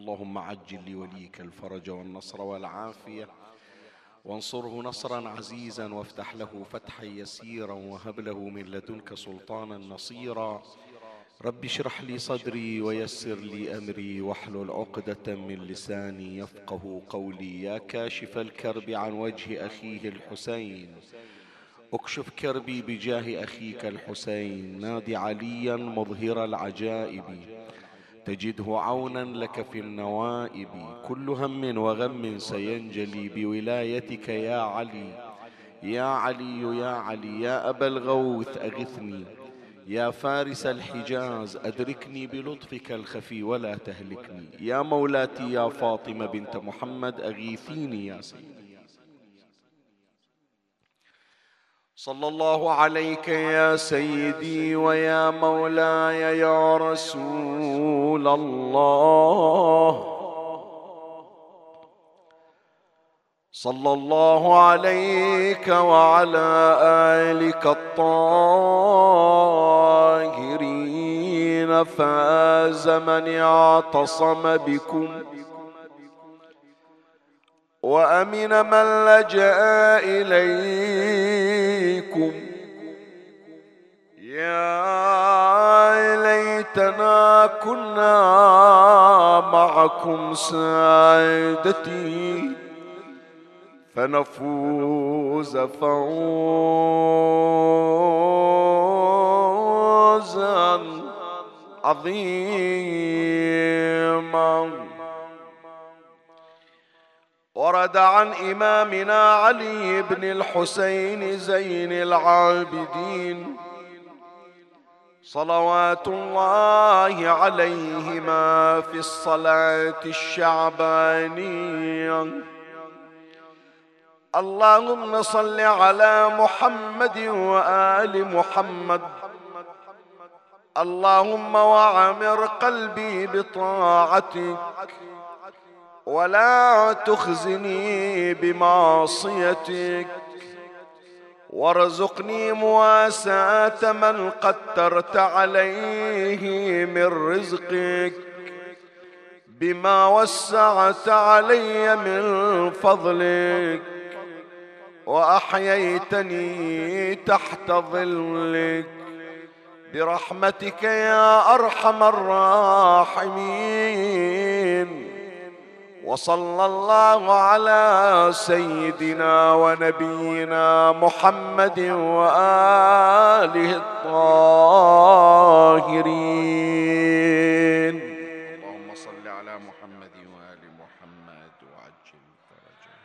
اللهم عجل لوليك الفرج والنصر والعافية، وانصره نصرا عزيزا، وافتح له فتحا يسيرا، وهب له من لدنك سلطانا نصيرا. رب اشرح لي صدري ويسر لي أمري، واحلل عقدة من لساني يفقه قولي. يا كاشف الكرب عن وجه أخيه الحسين، اكشف كربي بجاه أخيك الحسين. نادي عليا مظهر العجائب، تجده عونا لك في النوائب. كل هم وغم سينجلي بولايتك يا علي. يا علي يا علي يا أبا الغوث أغثني، يا فارس الحجاز أدركني بلطفك الخفي ولا تهلكني. يا مولاتي يا فاطمة بنت محمد أغيثيني يا سيدي. صلى الله عليك يا سيدي ويا مولاي يا رسول الله. صلى الله عليك وعلى آلك الطاهرين. فاز من اعتصم بكم، وأمن من لجأ إليكم. يا ليتنا كنا معكم سادتي، فنفوز فوزا عظيما. ورد عن إمامنا علي بن الحسين زين العابدين صلوات الله عليهما في الصلاة الشعبانية: اللهم صل على محمد وآل محمد، اللهم وعمر قلبي بطاعتك، ولا تخزني بمعصيتك، وارزقني مواساة من قدرت عليه من رزقك، بما وسعت علي من فضلك، وأحييتني تحت ظلك برحمتك يا أرحم الراحمين. وصلى الله على سيدنا ونبينا محمد وآله الطاهرين. اللهم صل على محمد وآل محمد وعجل فرجه.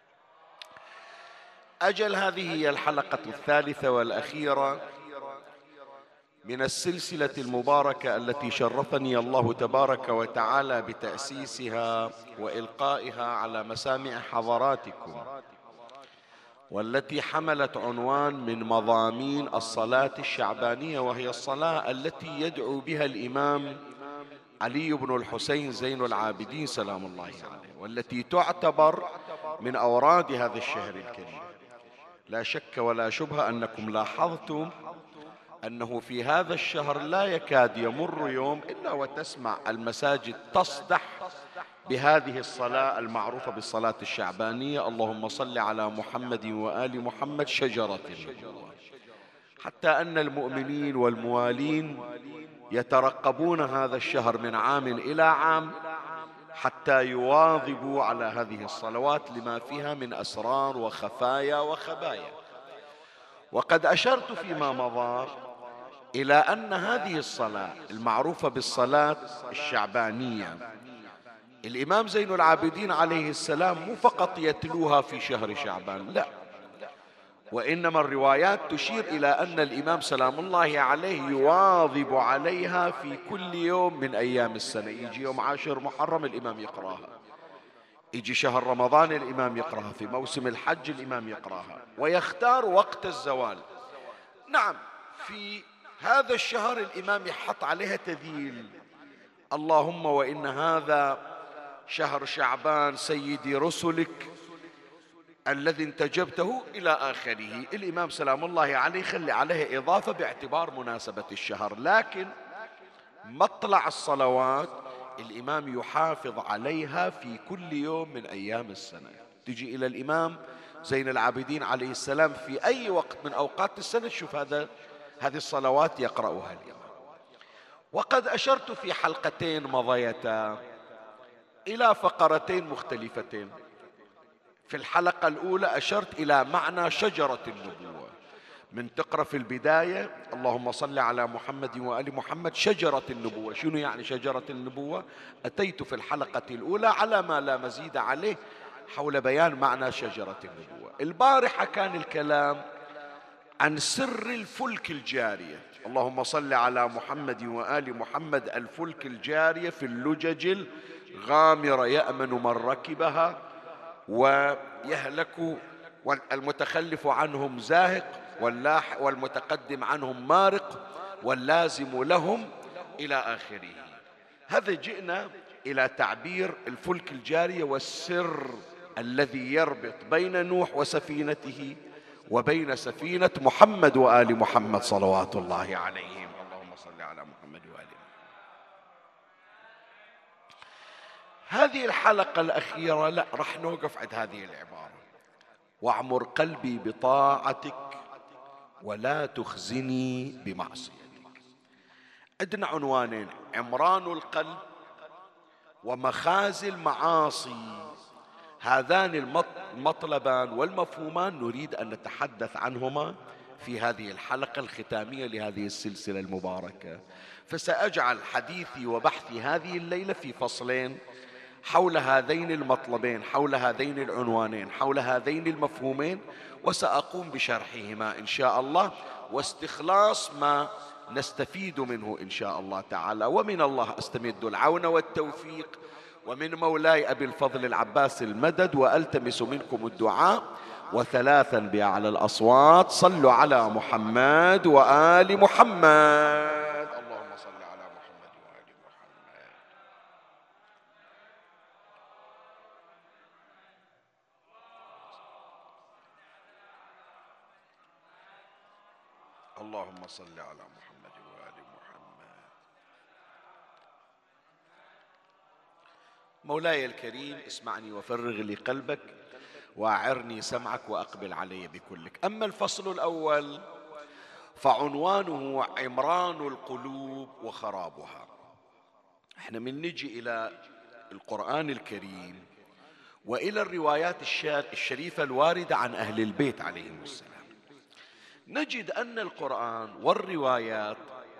أجل هذه هي الحلقة الثالثة والأخيرة من السلسلة المباركة التي شرفني الله تبارك وتعالى بتأسيسها وإلقائها على مسامع حضراتكم، والتي حملت عنوان من مضامين الصلاة الشعبانية، وهي الصلاة التي يدعو بها الإمام علي بن الحسين زين العابدين سلام الله عليه، والتي تعتبر من أوراد هذا الشهر الكريم. لا شك ولا شبهة أنكم لاحظتم أنه في هذا الشهر لا يكاد يمر يوم إلا وتسمع المساجد تصدح بهذه الصلاة المعروفة بالصلاة الشعبانية: اللهم صل على محمد وآل محمد شجرة النبوة. حتى أن المؤمنين والموالين يترقبون هذا الشهر من عام إلى عام حتى يواظبوا على هذه الصلوات لما فيها من أسرار وخفايا وخبايا. وقد أشرت فيما مضى إلى أن هذه الصلاة المعروفة بالصلاة الشعبانية الإمام زين العابدين عليه السلام مو فقط يتلوها في شهر شعبان، لا، وإنما الروايات تشير إلى أن الإمام سلام الله عليه يواظب عليها في كل يوم من أيام السنة. يجي يوم 10 محرم الإمام يقرأها، يجي شهر رمضان الإمام يقرأها، في موسم الحج الإمام يقرأها، ويختار وقت الزوال. نعم، في هذا الشهر الإمام يحط عليها تذييل: اللهم وإن هذا شهر شعبان سيدي رسلك الذي انتجبته إلى آخره. الإمام سلام الله عليه خلي عليه إضافة باعتبار مناسبة الشهر، لكن مطلع الصلوات الإمام يحافظ عليها في كل يوم من أيام السنة. تجي إلى الإمام زين العابدين عليه السلام في أي وقت من أوقات السنة تشوف هذه الصلوات يقرأها الإمام. وقد أشرت في حلقتين مضيتا إلى فقرتين مختلفتين. في الحلقة الأولى أشرت إلى معنى شجرة النبوة، من تقرأ في البداية اللهم صل على محمد وآل محمد شجرة النبوة. شنو يعني شجرة النبوة؟ أتيت في الحلقة الأولى على ما لا مزيد عليه حول بيان معنى شجرة النبوة. البارحة كان الكلام عن سر الفلك الجارية. اللهم صل على محمد وآل محمد. الفلك الجارية في اللجج الغامرة يأمن من ركبها ويهلك، والمتخلف عنهم زاهق والمتقدم عنهم مارق واللازم لهم إلى آخره. هذا جئنا إلى تعبير الفلك الجارية والسر الذي يربط بين نوح وسفينته وبين سفينة محمد وآل محمد صلوات الله عليهم. اللهم صل على محمد وآل محمد. هذه الحلقة الأخيرة لا رح نوقف عند هذه العبارة: واعمر قلبي بطاعتك ولا تخزني بمعصيتك. عندنا عنوانين: عمران القلب ومخازي المعاصي. هذان المطلبان والمفهومان نريد أن نتحدث عنهما في هذه الحلقة الختامية لهذه السلسلة المباركة. فسأجعل حديثي وبحثي هذه الليلة في فصلين حول هذين المطلبين، حول هذين العنوانين، حول هذين المفهومين، وسأقوم بشرحهما إن شاء الله واستخلاص ما نستفيد منه إن شاء الله تعالى. ومن الله أستمد العون والتوفيق، ومن مولاي أبي الفضل العباس المدد، وألتمس منكم الدعاء. وثلاثا بأعلى الأصوات صلوا على محمد وآل محمد. اللهم صل على محمد وآل محمد. اللهم صل على محمد وآل محمد. مولاي الكريم اسمعني وفرغ لي قلبك وأعرني سمعك وأقبل علي بكلك. أما الفصل الأول فعنوانه عمران القلوب وخرابها. احنا من نجي إلى القرآن الكريم وإلى الروايات الشريفة الواردة عن أهل البيت عليهم السلام، نجد أن القرآن والروايات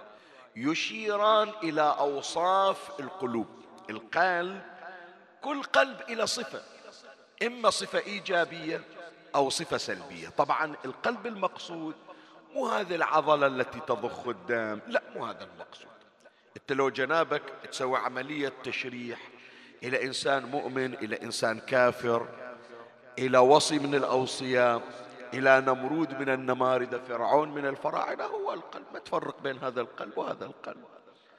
يشيران إلى أوصاف القلوب. القلب، كل قلب إلى صفة، إما صفة إيجابية أو صفة سلبية. طبعا القلب المقصود مو هذه العضلة التي تضخ الدم، لا، مو هذا المقصود. انت لو جنابك تسوي عملية تشريح إلى إنسان مؤمن، إلى إنسان كافر، إلى وصي من الأوصياء، إلى نمرود من النماردة، فرعون من الفراعنة، هو القلب. ما تفرق بين هذا القلب وهذا القلب.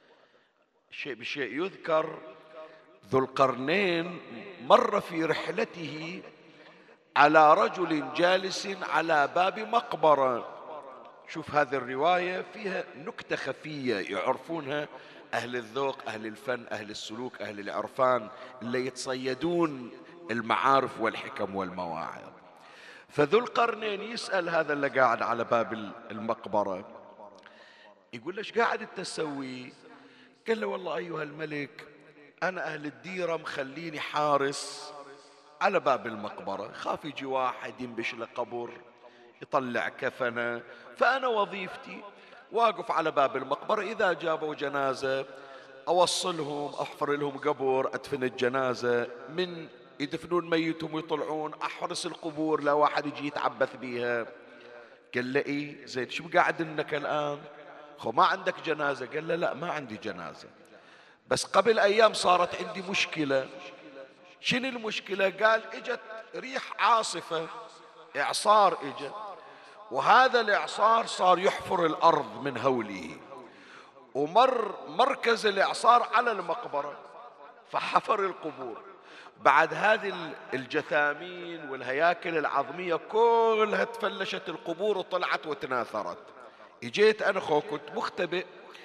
شيء بشيء يذكر ذو القرنين مر في رحلته على رجل جالس على باب مقبرة. شوف هذه الرواية فيها نكتة خفية يعرفونها أهل الذوق، أهل الفن، أهل السلوك، أهل العرفان اللي يتصيدون المعارف والحكم والمواعظ. فذو القرنين يسأل هذا اللي قاعد على باب المقبرة، يقول له: ايش قاعد انت تسوي؟ قال له: والله أيها الملك، أنا أهل الديرة مخليني حارس على باب المقبرة، خاف يجي واحد ينبش له قبر يطلع كفنه، فأنا وظيفتي واقف على باب المقبرة، إذا جابوا جنازة أوصلهم، أحفر لهم قبر، أدفن الجنازة، من يدفنون ميتهم ويطلعون أحرس القبور لا واحد يجي يتعبث بيها. قال له: إيه زين، شو قاعد إنك الآن؟ خو ما عندك جنازة؟ قال له: لا، ما عندي جنازة، بس قبل أيام صارت عندي مشكلة. شنو المشكلة؟ قال: اجت ريح عاصفة، إعصار اجى، وهذا الإعصار صار يحفر الأرض من هوله، ومر مركز الإعصار على المقبرة فحفر القبور. بعد هذه الجثامين والهياكل العظمية كلها تفلشت القبور وطلعت وتناثرت. اجيت أنا كنت مختبئ،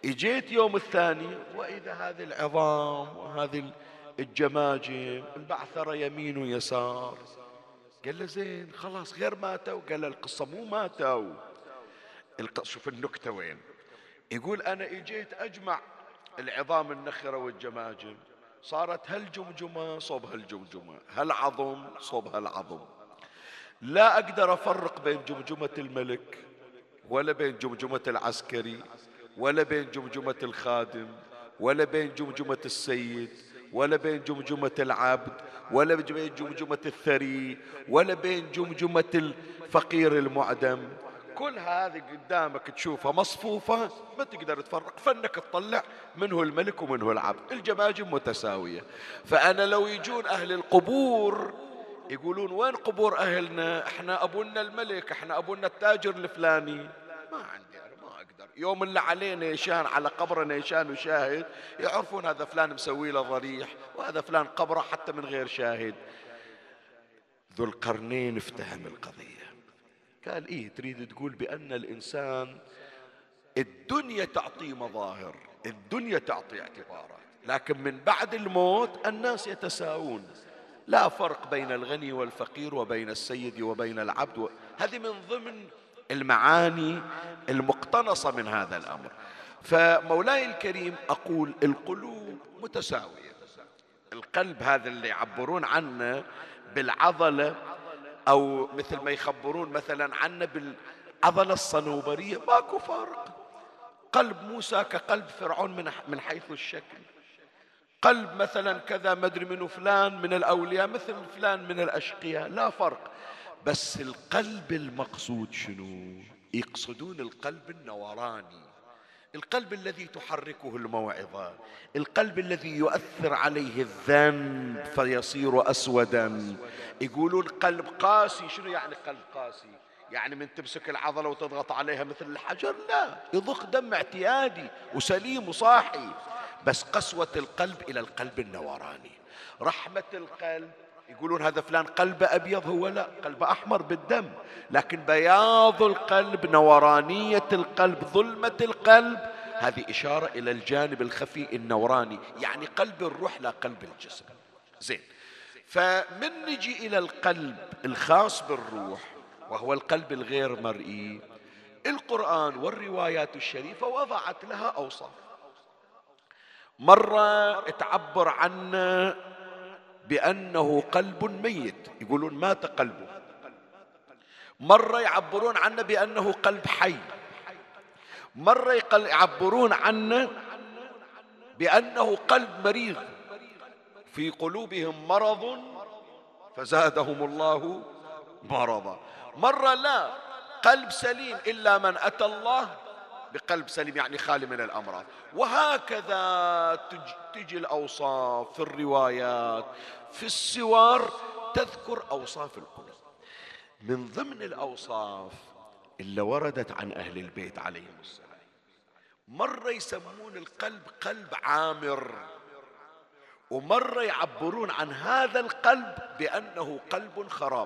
اجيت يوم الثاني وإذا هذه العظام وهذه الجماجم انبعثر يمين ويسار. قال له زين خلاص غير ماتوا؟ قال له القصة مو ماتوا، شوف النكتة وين. يقول أنا اجيت أجمع العظام النخرة والجماجم، صارت هالجمجمة صوب هالجمجمة، هالعظم صوب هالعظم، لا أقدر أفرق بين جمجمة الملك ولا بين جمجمة العسكري ولا بين جمجمة الخادم ولا بين جمجمة السيد ولا بين جمجمة العبد ولا بين جمجمة الثري ولا بين جمجمة الفقير المعدم. كل هذه قدامك تشوفها مصفوفة ما تقدر تفرق، فانك تطلع منه الملك ومنه العبد، الجماجم متساوية. فأنا لو يجون أهل القبور يقولون وين قبور أهلنا؟ احنا أبونا الملك، احنا أبونا التاجر الفلاني، ما عندي أنا ما أقدر. يوم اللي عليه نيشان على قبره نيشان وشاهد يعرفون هذا فلان مسوي له ضريح وهذا فلان قبره حتى من غير شاهد. ذو القرنين افتهم القضية، قال إيه تريد تقول بأن الإنسان الدنيا تعطي مظاهر، الدنيا تعطي اعتبارات، لكن من بعد الموت الناس يتساوون، لا فرق بين الغني والفقير وبين السيد وبين العبد. هذه من ضمن المعاني المقتنصة من هذا الأمر. فمولاي الكريم أقول القلوب متساوية. القلب هذا اللي يعبرون عنه بالعضلة، أو مثل ما يخبرون مثلا عنه بالعضلة الصنوبرية، ماكو فرق. قلب موسى كقلب فرعون من حيث الشكل، قلب مثلا كذا مدري منه فلان من الأولياء مثل فلان من الأشقياء، لا فرق. بس القلب المقصود شنو؟ يقصدون القلب النوراني، القلب الذي تحركه الموعظة، القلب الذي يؤثر عليه الذنب فيصير أسودا. يقولون قلب قاسي. شنو يعني قلب قاسي؟ يعني من تمسك العضلة وتضغط عليها مثل الحجر؟ لا، يضخ دم اعتيادي وسليم وصاحي. بس قسوة القلب إلى القلب النوراني. رحمة القلب يقولون هذا فلان قلبه أبيض، هو لا، قلبه أحمر بالدم، لكن بياض القلب، نورانية القلب، ظلمة القلب، هذه إشارة إلى الجانب الخفي النوراني، يعني قلب الروح لا قلب الجسم. زين، فمن نجي إلى القلب الخاص بالروح وهو القلب الغير مرئي، القرآن والروايات الشريفة وضعت لها أوصاف. مرة تعبر عنه بأنه قلب ميت، يقولون مات قلبه. مرة يعبرون عنه بأنه قلب حي. مرة يعبرون عنه بأنه قلب مريض، في قلوبهم مرض فزادهم الله مرضا. مرة لا، قلب سليم، إلا من أتى الله بقلب سليم، يعني خالي من الأمراض. وهكذا تجي الأوصاف في الروايات في السور تذكر أوصاف القلوب. من ضمن الأوصاف اللي وردت عن أهل البيت عليهم السلام، مرة يسمون القلب قلب عامر، ومرة يعبرون عن هذا القلب بأنه قلب خراب.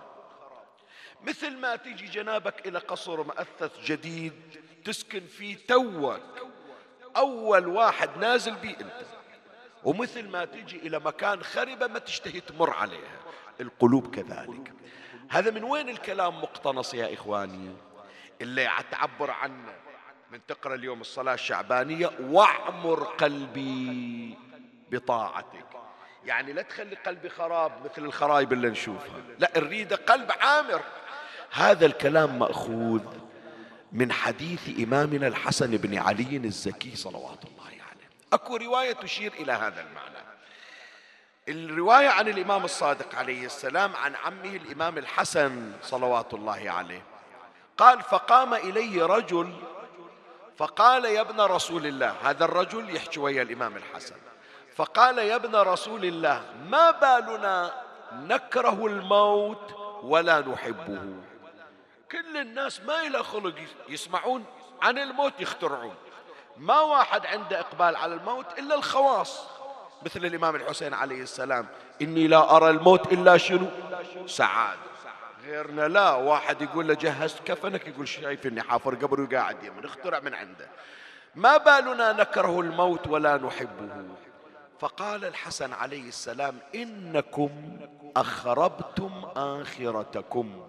مثل ما تيجي جنابك إلى قصر مؤثث جديد تسكن فيه توك، أول واحد نازل بيه أنت، ومثل ما تيجي إلى مكان خربة ما تشتهي تمر عليها. القلوب كذلك. هذا من وين الكلام مقتنص يا إخواني؟ اللي تعبر عنه من تقرأ اليوم الصلاة الشعبانية واعمر قلبي بطاعتك، يعني لا تخلي قلبي خراب مثل الخرايب اللي نشوفها، لا، نريد قلب عامر. هذا الكلام مأخوذ من حديث إمامنا الحسن بن علي الزكي صلوات الله عليه. أكو رواية تشير إلى هذا المعنى. الرواية عن الإمام الصادق عليه السلام عن عمه الإمام الحسن صلوات الله عليه قال: فقام إلي رجل فقال: يا ابن رسول الله. هذا الرجل يحكي ويا الإمام الحسن، فقال: يا ابن رسول الله، ما بالنا نكره الموت ولا نحبه؟ كل الناس ما إلى خلق يسمعون عن الموت يخترعون، ما واحد عنده إقبال على الموت إلا الخواص، مثل الإمام الحسين عليه السلام: إني لا أرى الموت إلا شنو؟ سعادة. غيرنا لا، واحد يقول له جهزت كفنك يقول شايف إني حافر قبر وقاعد يمن، اخترع من عنده. ما بالنا نكره الموت ولا نحبه؟ فقال الحسن عليه السلام: إنكم أخربتم آخرتكم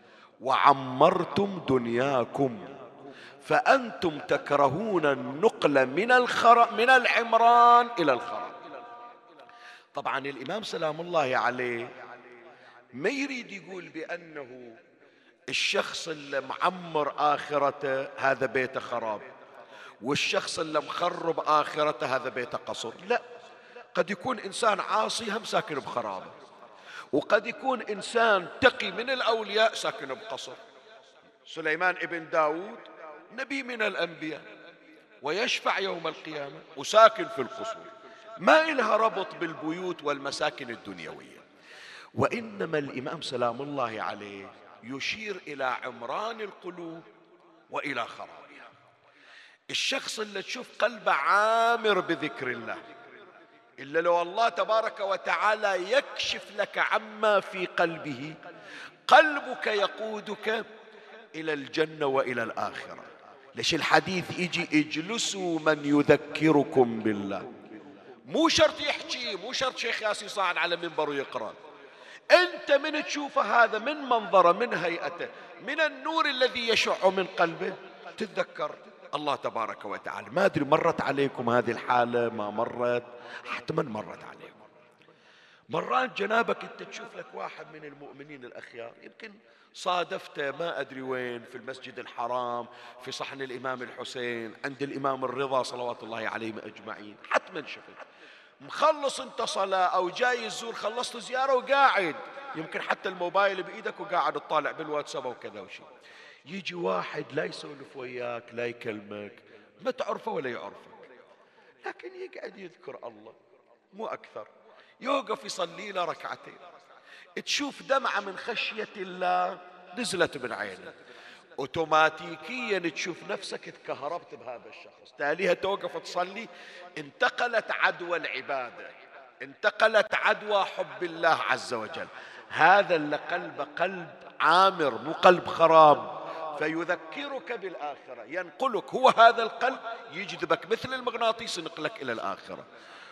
وعمرتم دنياكم، فأنتم تكرهون النقل من العمران إلى الخراب. طبعا الإمام سلام الله عليه ما يريد يقول بأنه الشخص اللي معمر آخرته هذا بيته خراب، والشخص اللي مخرب آخرته هذا بيته قصر. لا، قد يكون إنسان عاصي هم ساكن بخرابة، وقد يكون إنسان تقي من الأولياء ساكن بقصر. سليمان ابن داود نبي من الأنبياء ويشفع يوم القيامة وساكن في القصور، ما إلها ربط بالبيوت والمساكن الدنيوية. وإنما الإمام سلام الله عليه يشير إلى عمران القلوب وإلى خرابها. الشخص اللي تشوف قلبه عامر بذكر الله، إلا لو الله تبارك وتعالى يكشف لك عما في قلبه، قلبك يقودك إلى الجنة وإلى الآخرة. ليش الحديث يجي: اجلسوا من يذكركم بالله. مو شرط يحكي، مو شرط شيخ ياسين صاعد على منبر ويقرأ. أنت من تشوفه هذا، من منظره، من هيئته، من النور الذي يشع من قلبه، تتذكر الله تبارك وتعالى. ما أدري مرت عليكم هذه الحالة؟ ما مرت؟ حتما مرت عليكم. مرات جنابك أنت تشوف لك واحد من المؤمنين الأخيار، يمكن صادفته ما أدري وين، في المسجد الحرام، في صحن الإمام الحسين، عند الإمام الرضا صلوات الله عليهم أجمعين، حتما شفت مخلص انت صلاة أو جاي الزور، خلصت زيارة وقاعد، يمكن حتى الموبايل بإيدك وقاعد تطالع بالواتساب وكذا وشي. يجي واحد لا يسولف وياك، لا يكلمك، ما تعرفه ولا يعرفك، لكن يقعد يذكر الله مو أكثر، يوقف يصلي له ركعتين، تشوف دمعة من خشية الله نزلت من عينه، اوتوماتيكيا تشوف نفسك تكهربت بهذا الشخص، تاليها توقف تصلي، انتقلت عدوى العبادة، انتقلت عدوى حب الله عز وجل. هذا اللي قلب عامر، مو قلب خراب، فيذكرك بالآخرة، ينقلك، هو هذا القلب يجذبك مثل المغناطيس، ينقلك إلى الآخرة.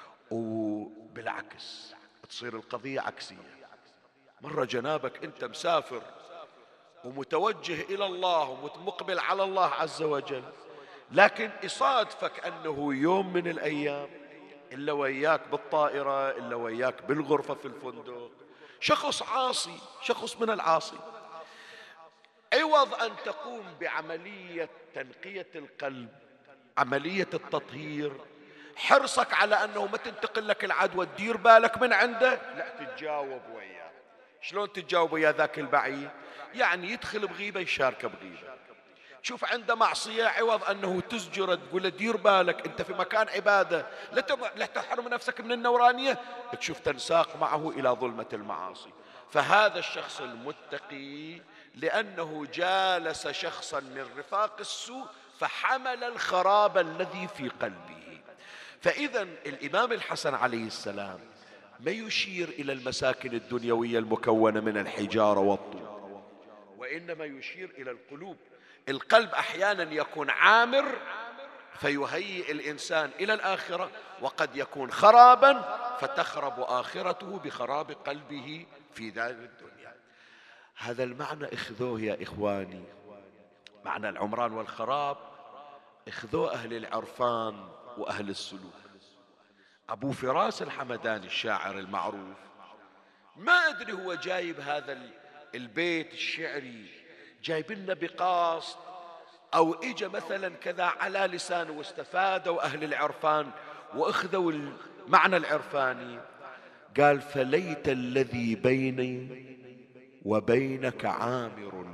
وبالعكس تصير القضية عكسية. مرة جنابك أنت مسافر ومتوجه إلى الله ومقبل على الله عز وجل، لكن يصادفك أنه يوم من الأيام إلا وياك بالطائرة، إلا وياك بالغرفة في الفندق شخص عاصي، شخص من العاصي، عوض أن تقوم بعملية تنقية القلب، عملية التطهير، حرصك على أنه ما تنتقل لك العدوى، تدير بالك من عنده، لا تتجاوب وياه. شلون تتجاوب ويا ذاك البعيد؟ يعني يدخل بغيبة يشارك بغيبة. شوف عنده معصية، عوض أنه تزجره تقول له دير بالك أنت في مكان عبادة، لا تحرم نفسك من النورانية، تشوف تنساق معه إلى ظلمة المعاصي. فهذا الشخص المتقي لأنه جالس شخصا من رفاق السوء فحمل الخراب الذي في قلبه. فإذا الإمام الحسن عليه السلام ما يشير إلى المساكن الدنيوية المكونة من الحجارة والطوب، وإنما يشير إلى القلوب. القلب أحيانا يكون عامر فيهيئ الإنسان إلى الآخرة، وقد يكون خرابا فتخرب آخرته بخراب قلبه في دار الدنيا. هذا المعنى اخذوه يا إخواني، معنى العمران والخراب اخذوه أهل العرفان وأهل السلوك. أبو فراس الحمداني الشاعر المعروف، ما أدري هو جايب هذا البيت الشعري جايب لنا بقاصد أو إجا مثلا كذا على لسانه واستفادوا أهل العرفان وأخذوا المعنى العرفاني. قال: فليت الذي بيني وبينك عامر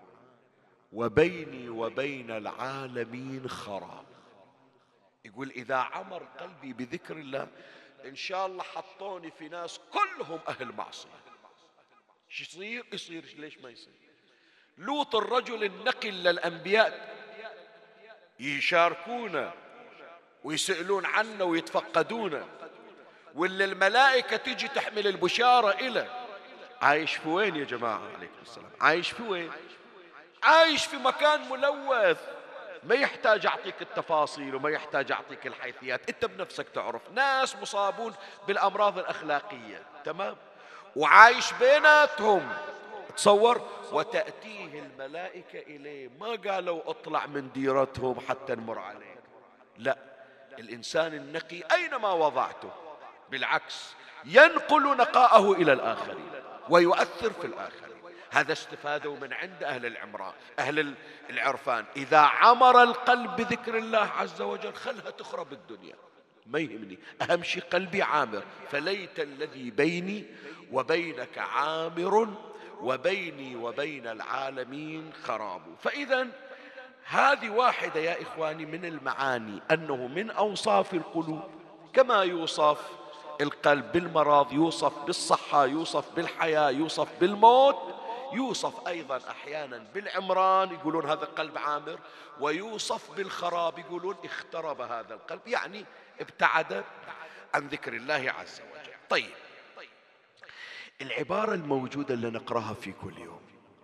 وبيني وبين العالمين خراب. يقول إذا عمر قلبي بذكر الله إن شاء الله حطوني في ناس كلهم أهل معصية، شو يصير؟ يصير. ليش ما يصير؟ لوط الرجل النقي للأنبياء يشاركونه ويسألون عنه ويتفقدونه، واللي الملائكة تجي تحمل البشارة إلى، عايش في وين يا جماعة؟ عليكم السلام. عايش في وين؟ عايش في مكان ملوث، ما يحتاج أعطيك التفاصيل وما يحتاج أعطيك الحيثيات، أنت بنفسك تعرف ناس مصابون بالأمراض الأخلاقية، تمام، وعايش بيناتهم، تصور، وتأتيه الملائكة إليه، ما قالوا اطلع من ديرتهم حتى نمر عليك، لا، الإنسان النقي أينما وضعته بالعكس ينقل نقاءه إلى الآخرين ويؤثر في الآخرين. هذا استفادوا من عند أهل العمران، أهل العرفان، إذا عمر القلب بذكر الله عز وجل خلها تخرب الدنيا، ما يهمني، أهم شيء قلبي عامر، فليت الذي بيني وبينك عامر وبيني وبين العالمين خراب. فإذا هذه واحدة يا إخواني من المعاني، أنه من أوصاف القلوب كما يوصف القلب بالمرض، يوصف بالصحة، يوصف بالحياة، يوصف بالموت، يوصف أيضا أحيانا بالعمران، يقولون هذا القلب عامر، ويوصف بالخراب، يقولون اخترب هذا القلب، يعني ابتعد عن ذكر الله عز وجل. طيب، العبارة الموجودة اللي نقرأها في كل يوم،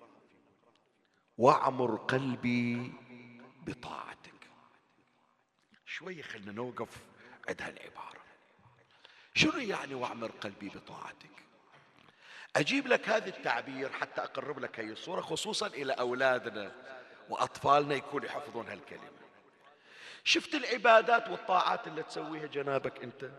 واعمر قلبي بطاعتك، شوية خلنا نوقف عند هالعبارة. شنو يعني واعمر قلبي بطاعتك؟ أجيب لك هذا التعبير حتى أقرب لك هذه الصورة، خصوصا إلى أولادنا وأطفالنا يكون يحفظون هالكلمة. شفت العبادات والطاعات اللي تسويها جنابك أنت؟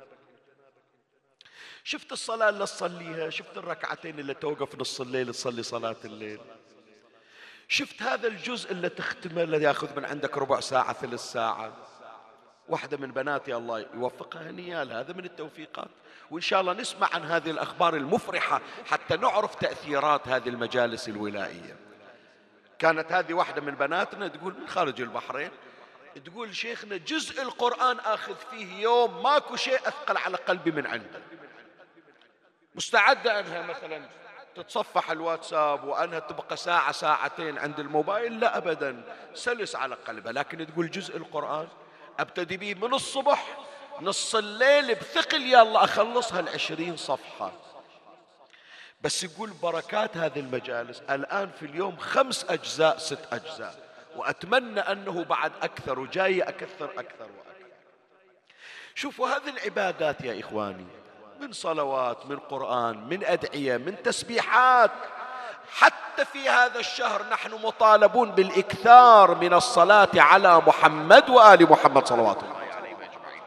شفت الصلاة اللي تصليها؟ شفت الركعتين اللي توقف نص الليل تصلي صلاة الليل؟ شفت هذا الجزء اللي تختمه اللي ياخذ من عندك ربع ساعة ثلث ساعة؟ واحدة من بناتي الله يوفقها نيال، هذا من التوفيقات، وإن شاء الله نسمع عن هذه الأخبار المفرحة حتى نعرف تأثيرات هذه المجالس الولائية. كانت هذه واحدة من بناتنا تقول من خارج البحرين، تقول شيخنا جزء القرآن آخذ فيه يوم ماكو شيء أثقل على قلبي من عنده، مستعدة أنها مثلا تتصفح الواتساب وأنها تبقى ساعة ساعتين عند الموبايل، لا أبدا، سلس على قلبها، لكن تقول جزء القرآن أبتدي به من الصبح نص الليل بثقل، يلا أخلصها 20 صفحة بس. يقول بركات هذه المجالس الآن في اليوم 5 أجزاء 6 أجزاء، وأتمنى أنه بعد أكثر، وجاي أكثر أكثر وأكثر. شوفوا هذه العبادات يا إخواني، من صلوات، من قرآن، من أدعية، من تسبيحات، حتى في هذا الشهر نحن مطالبون بالإكثار من الصلاة على محمد وآل محمد صلوات الله عليه أجمعين.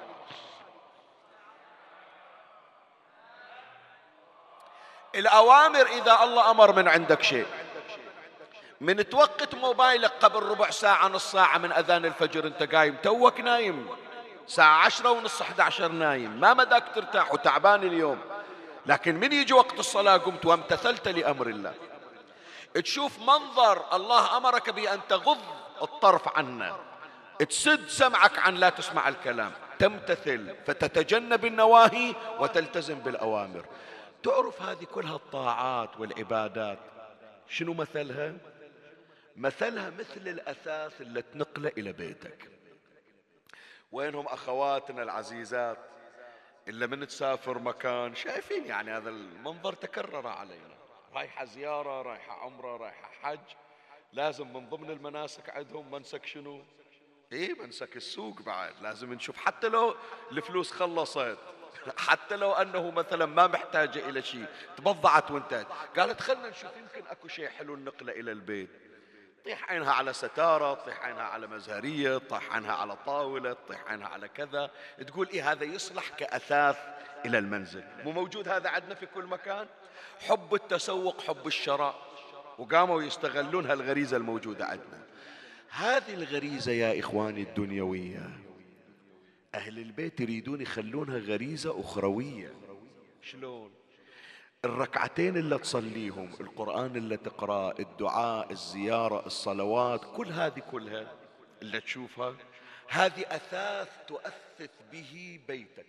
الأوامر إذا الله أمر من عندك شيء، من توقت موبايلك قبل ربع ساعة نص ساعة من أذان الفجر، أنت قايم توك نايم الساعة 10:30 11 نايم، ما مداك ترتاح وتعبان اليوم، لكن من يجي وقت الصلاة قمت وامتثلت لأمر الله. تشوف منظر الله أمرك بأن تغض الطرف عنه، تسد سمعك عن لا تسمع الكلام، تمتثل فتتجنب النواهي وتلتزم بالأوامر. تعرف هذه كلها الطاعات والعبادات شنو مثلها؟ مثلها مثل الأثاث اللي تنقله إلى بيتك. وينهم أخواتنا العزيزات إلا من تسافر مكان، شايفين يعني هذا المنظر تكرر علينا، رايحة زيارة، رايحة عمرة، رايحة حج، لازم من ضمن المناسك عندهم منسك شنو؟ إيه، منسك السوق بعد لازم نشوف، حتى لو الفلوس خلصت، حتى لو أنه مثلا ما محتاجة إلى شيء، تبضعت وانتهت، قالت خلنا نشوف يمكن أكو شيء حلو نقله إلى البيت. طيح عينها على ستارة، طيح عينها على مزهرية، طيح عينها على طاولة، طيح عينها على كذا، تقول إيه هذا يصلح كأثاث إلى المنزل. مو موجود هذا عندنا في كل مكان؟ حب التسوق، حب الشراء، وقاموا يستغلون هالغريزة الموجودة عندنا. هذه الغريزة يا إخواني الدنيوية أهل البيت يريدون يخلونها غريزة أخروية. شلون؟ الركعتين اللي تصليهم، القرآن اللي تقرأ، الدعاء، الزيارة، الصلوات، كل هذه كلها اللي تشوفها، هذه أثاث تؤثث به بيتك،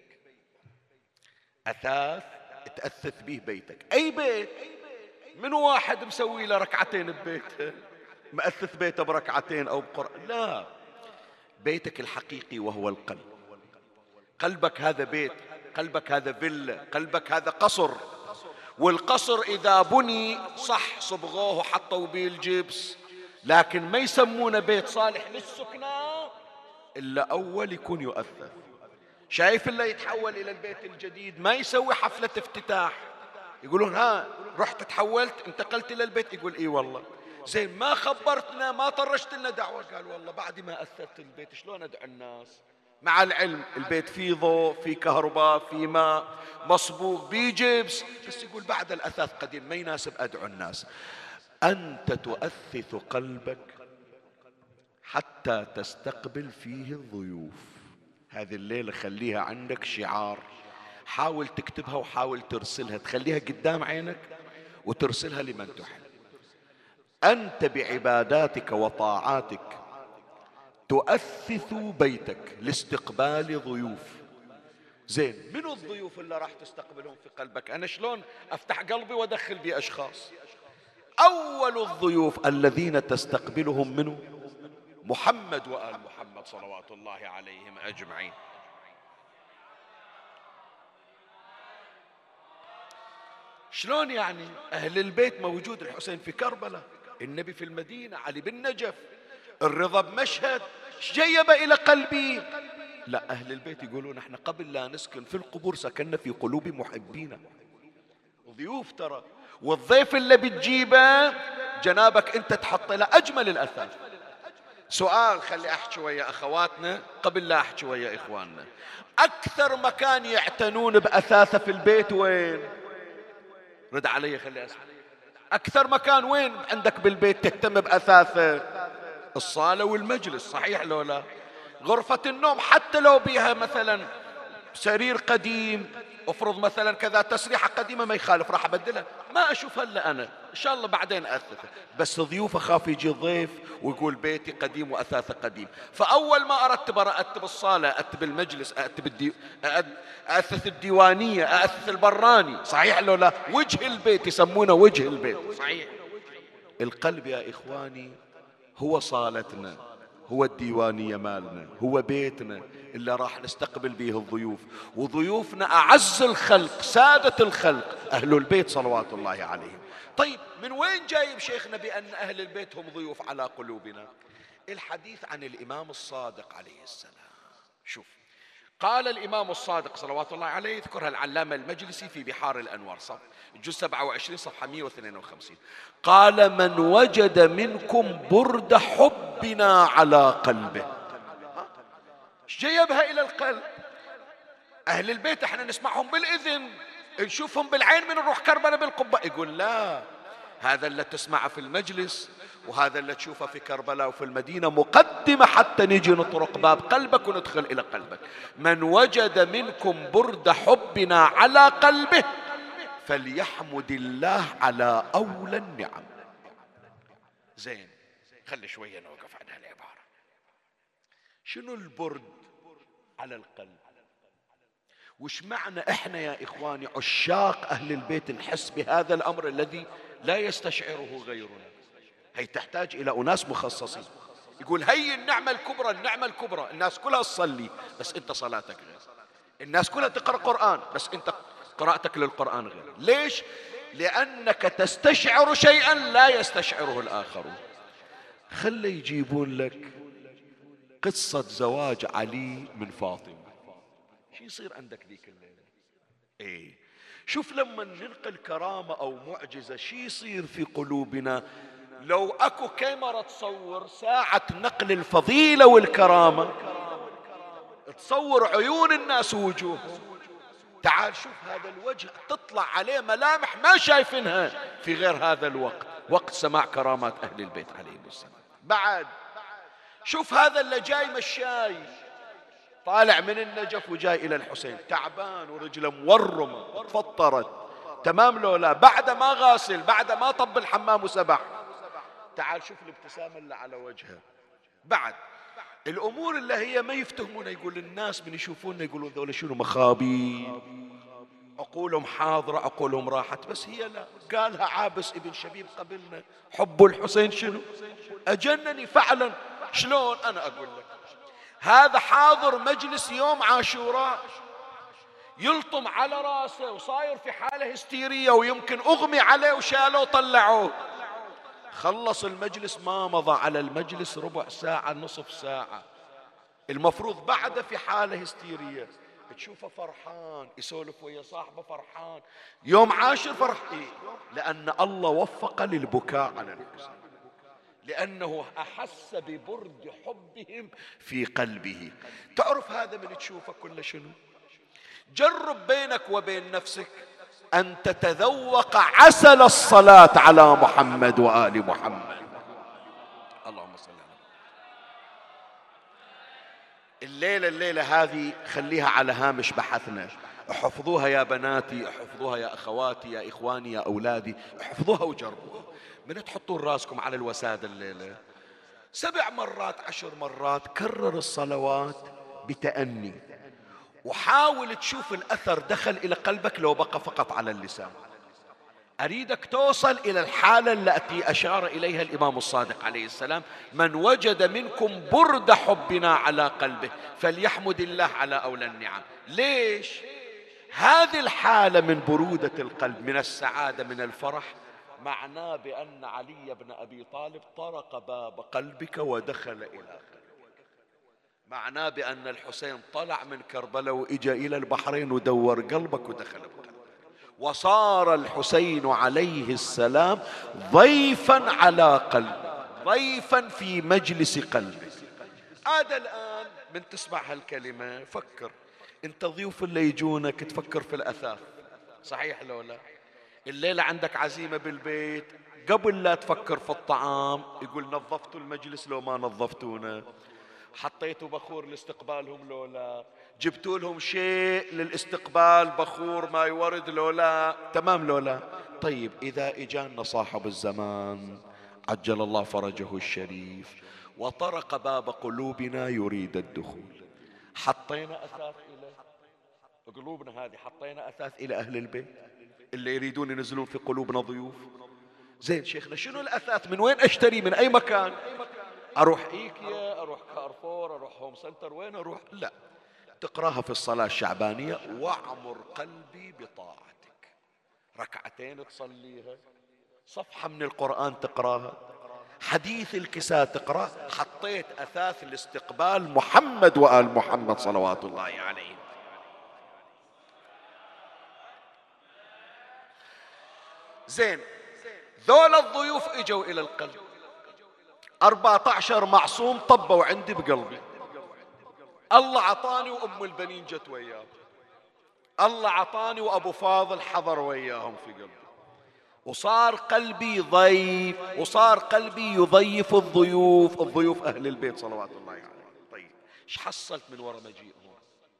أثاث تأثث به بيتك. أي بيت من واحد مسوي له ركعتين ببيته مأثث بيته بركعتين أو بقرآن؟ لا، بيتك الحقيقي وهو القلب. قلبك هذا بيت، قلبك هذا فيلا، قلبك هذا قصر. والقصر إذا بني صح صبغوه وحطوا بيه الجبس، لكن ما يسمونه بيت صالح للسكنى إلا أول يكون يؤثر. شايف اللي يتحول إلى البيت الجديد ما يسوي حفلة افتتاح، يقولون ها رحت تحولت انتقلت إلى البيت، يقول إي والله. زين ما خبرتنا ما طرشت لنا دعوة، قال والله بعد ما أثرت البيت شلون أدعو الناس؟ مع العلم البيت فيه ضوء فيه كهرباء فيه ماء مصبوغ بيجبس، بس يقول بعد الأثاث قديم ما يناسب أدعو الناس. أنت تؤثث قلبك حتى تستقبل فيه الضيوف. هذه الليلة خليها عندك شعار، حاول تكتبها وحاول ترسلها، تخليها قدام عينك وترسلها لمن تحب. أنت بعباداتك وطاعاتك تؤثث بيتك لاستقبال ضيوف. زين منو الضيوف اللي راح تستقبلهم في قلبك؟ أنا شلون أفتح قلبي وأدخل بي أشخاص؟ أول الضيوف الذين تستقبلهم منه محمد وآل محمد صلوات الله عليهم أجمعين. شلون يعني؟ أهل البيت موجود، الحسين في كربلاء، النبي في المدينة، علي بالنجف، الرضا بمشهد، جيب إلى قلبي. لا، أهل البيت يقولون احنا قبل لا نسكن في القبور سكننا في قلوب محبينا. ضيوف ترى، والضيف اللي بتجيبه جنابك انت تحط له أجمل الأثاث. سؤال خلي أحكي ويا أخواتنا قبل لا أحكي ويا إخواننا، أكثر مكان يعتنون بأثاثه في البيت وين؟ رد علي خلي أسمع. أكثر مكان وين عندك بالبيت تهتم بأثاثه؟ الصالة والمجلس، صحيح لو لا؟ غرفة النوم حتى لو بيها مثلا سرير قديم، افرض مثلا كذا تسريحة قديمة ما يخالف راح أبدلها، ما أشوف هلا أنا إن شاء الله بعدين أثثه، بس ضيوف أخاف يجي ضيف ويقول بيتي قديم وأثاثه قديم. فأول ما أرتب الصالة، أرتب المجلس، أأثث الديوانية، أأثث البراني، صحيح لو لا؟ وجه البيت يسمونه وجه البيت، صحيح. القلب يا إخواني هو صالتنا، هو الديوانية مالنا، هو بيتنا اللي راح نستقبل به الضيوف. وضيوفنا أعز الخلق، سادة الخلق، أهل البيت صلوات الله عليهم. طيب من وين جايب شيخنا بأن أهل البيت هم ضيوف على قلوبنا؟ الحديث عن الإمام الصادق عليه السلام. شوف قال الإمام الصادق صلوات الله عليه، يذكرها العلامة المجلسي في بحار الأنوار الجزء 27 صفحة 152، قال من وجد منكم برد حبنا على قلبه. جيبها إلى القلب. أهل البيت احنا نسمعهم بالإذن، نشوفهم بالعين، من نروح كربلاء بالقبة. يقول لا، هذا اللي تسمعه في المجلس وهذا اللي تشوفه في كربلاء وفي المدينة مقدمة حتى نجي نطرق باب قلبك وندخل إلى قلبك. من وجد منكم برد حبنا على قلبه فليحمد الله على أولى النعم. زين خلي شوية نوقف عن هالعبارة. شنو البرد على القلب؟ وش معنى احنا يا إخواني عشاق أهل البيت نحس بهذا الأمر الذي لا يستشعره غيرنا؟ هي تحتاج إلى أناس مخصصين. يقول هي النعمة الكبرى، النعمة الكبرى، الناس كلها تصلي بس أنت صلاتك غير، الناس كلها تقرأ قرآن بس أنت قراءتك للقرآن غير. ليش؟ لأنك تستشعر شيئا لا يستشعره الآخرون. خلي يجيبون لك قصة زواج علي من فاطمة، شو يصير عندك ذيك الليلة؟ ايه شوف لما ننقل كرامة أو معجزة شو يصير في قلوبنا. لو أكو كاميرا تصور ساعة نقل الفضيلة والكرامة، تصور عيون الناس ووجوههم، تعال شوف هذا الوجه تطلع عليه ملامح ما شايفينها في غير هذا الوقت، وقت سماع كرامات أهل البيت عليهم السلام. بعد شوف هذا اللي جاي مشاي طالع من النجف وجاي إلى الحسين تعبان ورجله مورمة تفطرت، تمام لو لا؟ بعد ما غاسل، بعد ما طب الحمام وسبح، تعال شوف الابتسامة اللي على وجهه. بعد الأمور اللي هي ما يفتهمونها، يقول الناس من يشوفوننا يقولون ذولا شنو مخابيل، عقولهم حاضرة عقولهم راحت، بس هي لا. قالها عابس ابن شبيب قبلنا، حب الحسين شنو أجنني فعلا. شلون؟ أنا أقول لك، هذا حاضر مجلس يوم عاشوراء يلطم على راسه وصاير في حالة هستيرية ويمكن أغمي عليه وشالوه وطلعوه. خلص المجلس ما مضى على المجلس ربع ساعة نصف ساعة، المفروض بعده في حالة هستيرية، تشوفه فرحان يسولف ويا صاحبه فرحان، يوم عاشر فرح إيه؟ لأن الله وفق للبكاء على الحسين، لأنه أحس ببرد حبهم في قلبه. تعرف هذا من تشوفه كل شنو؟ جرب بينك وبين نفسك أن تتذوق عسل الصلاة على محمد وآل محمد. اللهم صل على الليلة هذه خليها على هامش بحثنا، احفظوها يا بناتي، احفظوها يا أخواتي، يا إخواني، يا أولادي، احفظوها وجربوها. من تحطون راسكم على الوسادة الليلة 7 مرات 10 مرات، كرر الصلوات بتأني، وحاول تشوف الأثر دخل إلى قلبك لو بقى فقط على اللسان. أريدك توصل إلى الحالة التي أشار إليها الإمام الصادق عليه السلام: من وجد منكم برد حبنا على قلبه فليحمد الله على أولى النعم. ليش؟ هذه الحالة من برودة القلب، من السعادة، من الفرح، معناه بأن علي بن أبي طالب طرق باب قلبك ودخل إلى قلبك. معناه بأن الحسين طلع من كربلاء وإجا إلى البحرين ودور قلبك ودخل بقلبك، وصار الحسين عليه السلام ضيفا على قلبك، ضيفا في مجلس قلبك. عاد الآن من تسمع هالكلمة فكر، انت ضيوف اللي يجونك تفكر في الأثاث، صحيح لو لا؟ الليلة عندك عزيمة بالبيت، قبل لا تفكر في الطعام يقول نظفتوا المجلس لو ما نظفتونا، حطيتوا بخور لاستقبالهم لو لا، جبتوا لهم شيء للاستقبال، بخور ماي ورد لو لا، تمام لو لا؟ طيب إذا إجانا صاحب الزمان عجل الله فرجه الشريف وطرق باب قلوبنا يريد الدخول، حطينا أثاث إلى قلوبنا هذه، حطينا أثاث إلى أهل البيت اللي يريدون ينزلون في قلوبنا ضيوف. زين شيخنا شنو الأثاث؟ من وين أشتري؟ من أي مكان؟ أروح إيكيا، أروح كارفور، أروح هوم سنتر، وين أروح؟ لا، تقراها في الصلاة الشعبانية: واعمر قلبي بطاعتك، ركعتين تصليها، صفحة من القرآن تقراها، حديث الكساء تقرأ، حطيت أثاث لاستقبال محمد وآل محمد صلوات الله عليه. زين ذول الضيوف اجوا إلى القلب، 14 معصوم طبوا عندي بقلبي، الله عطاني وأم البنين جت وياهم، الله عطاني وأبو فاضل حضر وياهم في قلبي، وصار قلبي ضيف، وصار قلبي يضيف الضيوف، الضيوف أهل البيت صلوات الله عليه. طيب ايش حصلت من وراء مجيئهم؟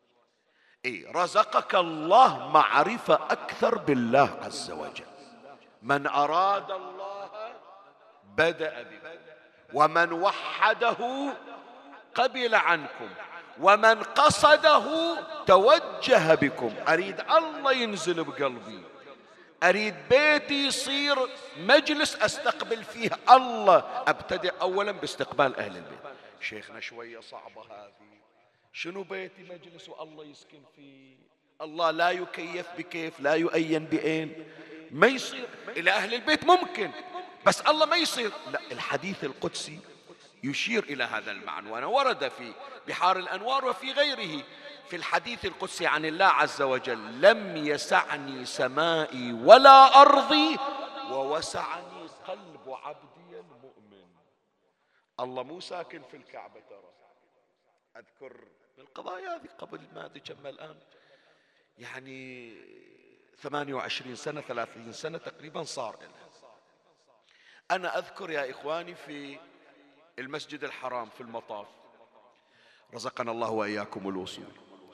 رزقك الله معرفة أكثر بالله عز وجل. من أراد الله بدأ بكم، ومن وحده قبل عنكم، ومن قصده توجه بكم. أريد الله ينزل بقلبي، أريد بيتي يصير مجلس أستقبل فيه الله، أبتدئ أولا باستقبال أهل البيت. شيخنا شوية صعبة هذه، شنو بيتي مجلس والله يسكن فيه؟ الله لا يكيف بكيف، لا يؤين بأين، ما يصير. إلى أهل البيت ممكن، بس الله ما يصير. لا، الحديث القدسي يشير إلى هذا المعنى، وأنا ورد في بحار الأنوار وفي غيره في الحديث القدسي عن الله عز وجل: لم يسعني سمائي ولا أرضي ووسعني قلب عبدي المؤمن. الله مو ساكن في الكعبة، ترى أذكر بالقضايا هذه قبل ما أدري كم الآن، يعني 28 سنة 30 سنة تقريبا صار لها. أنا أذكر يا إخواني في المسجد الحرام في المطاف، رزقنا الله وإياكم الوصول.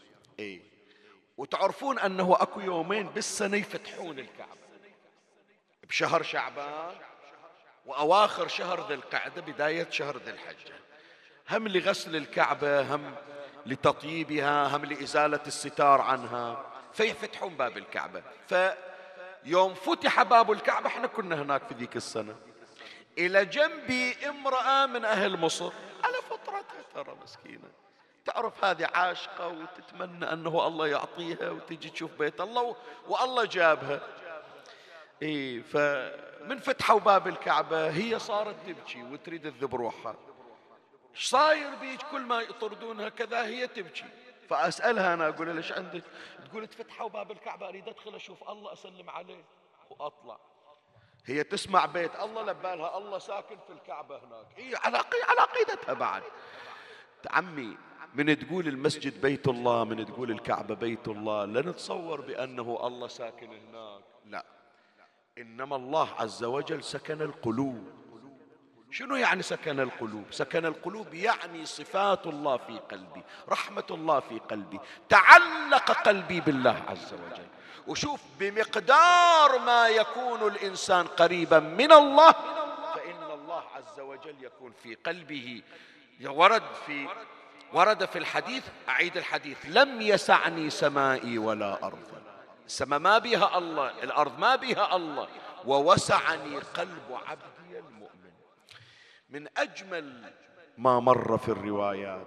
وتعرفون أنه أكو يومين بالسنة يفتحون الكعبة، بشهر شعبان وأواخر شهر ذي القعدة بداية شهر ذي الحجة، هم لغسل الكعبة، هم لتطييبها، هم لإزالة الستار عنها، فيفتحون باب الكعبة. فيوم فتح باب الكعبة احنا كنا هناك في ذيك السنة، إلى جنبي امرأة من أهل مصر على فطرتها، ترى مسكينة، تعرف هذه عاشقة وتتمنى أنه الله يعطيها وتجي تشوف بيت الله، والله جابها. فمن فتحوا باب الكعبة هي صارت تبكي وتريد تذب روحها، ايش صاير بيك؟ كل ما يطردونها كذا هي تبكي. فأسألها أنا أقول لها ليش عندك؟ تقول تفتحوا باب الكعبة أريد أدخل أشوف الله أسلم عليه وأطلع. هي تسمع بيت الله لبالها الله ساكن في الكعبة هناك، هي على عقيدتها بعد. عمي من تقول المسجد بيت الله، من تقول الكعبة بيت الله، لا نتصور بأنه الله ساكن هناك، لا، إنما الله عز وجل سكن القلوب. شنو يعني سكن القلوب؟ سكن القلوب يعني صفات الله في قلبي، رحمة الله في قلبي، تعلق قلبي بالله عز وجل. وشوف بمقدار ما يكون الإنسان قريبا من الله فإن الله عز وجل يكون في قلبه. ورد في الحديث، أعيد الحديث: لم يسعني سمائي ولا أرضي. السماء ما بها الله، الأرض ما بها الله، ووسعني قلب عبدي المؤمن. من أجمل ما مر في الروايات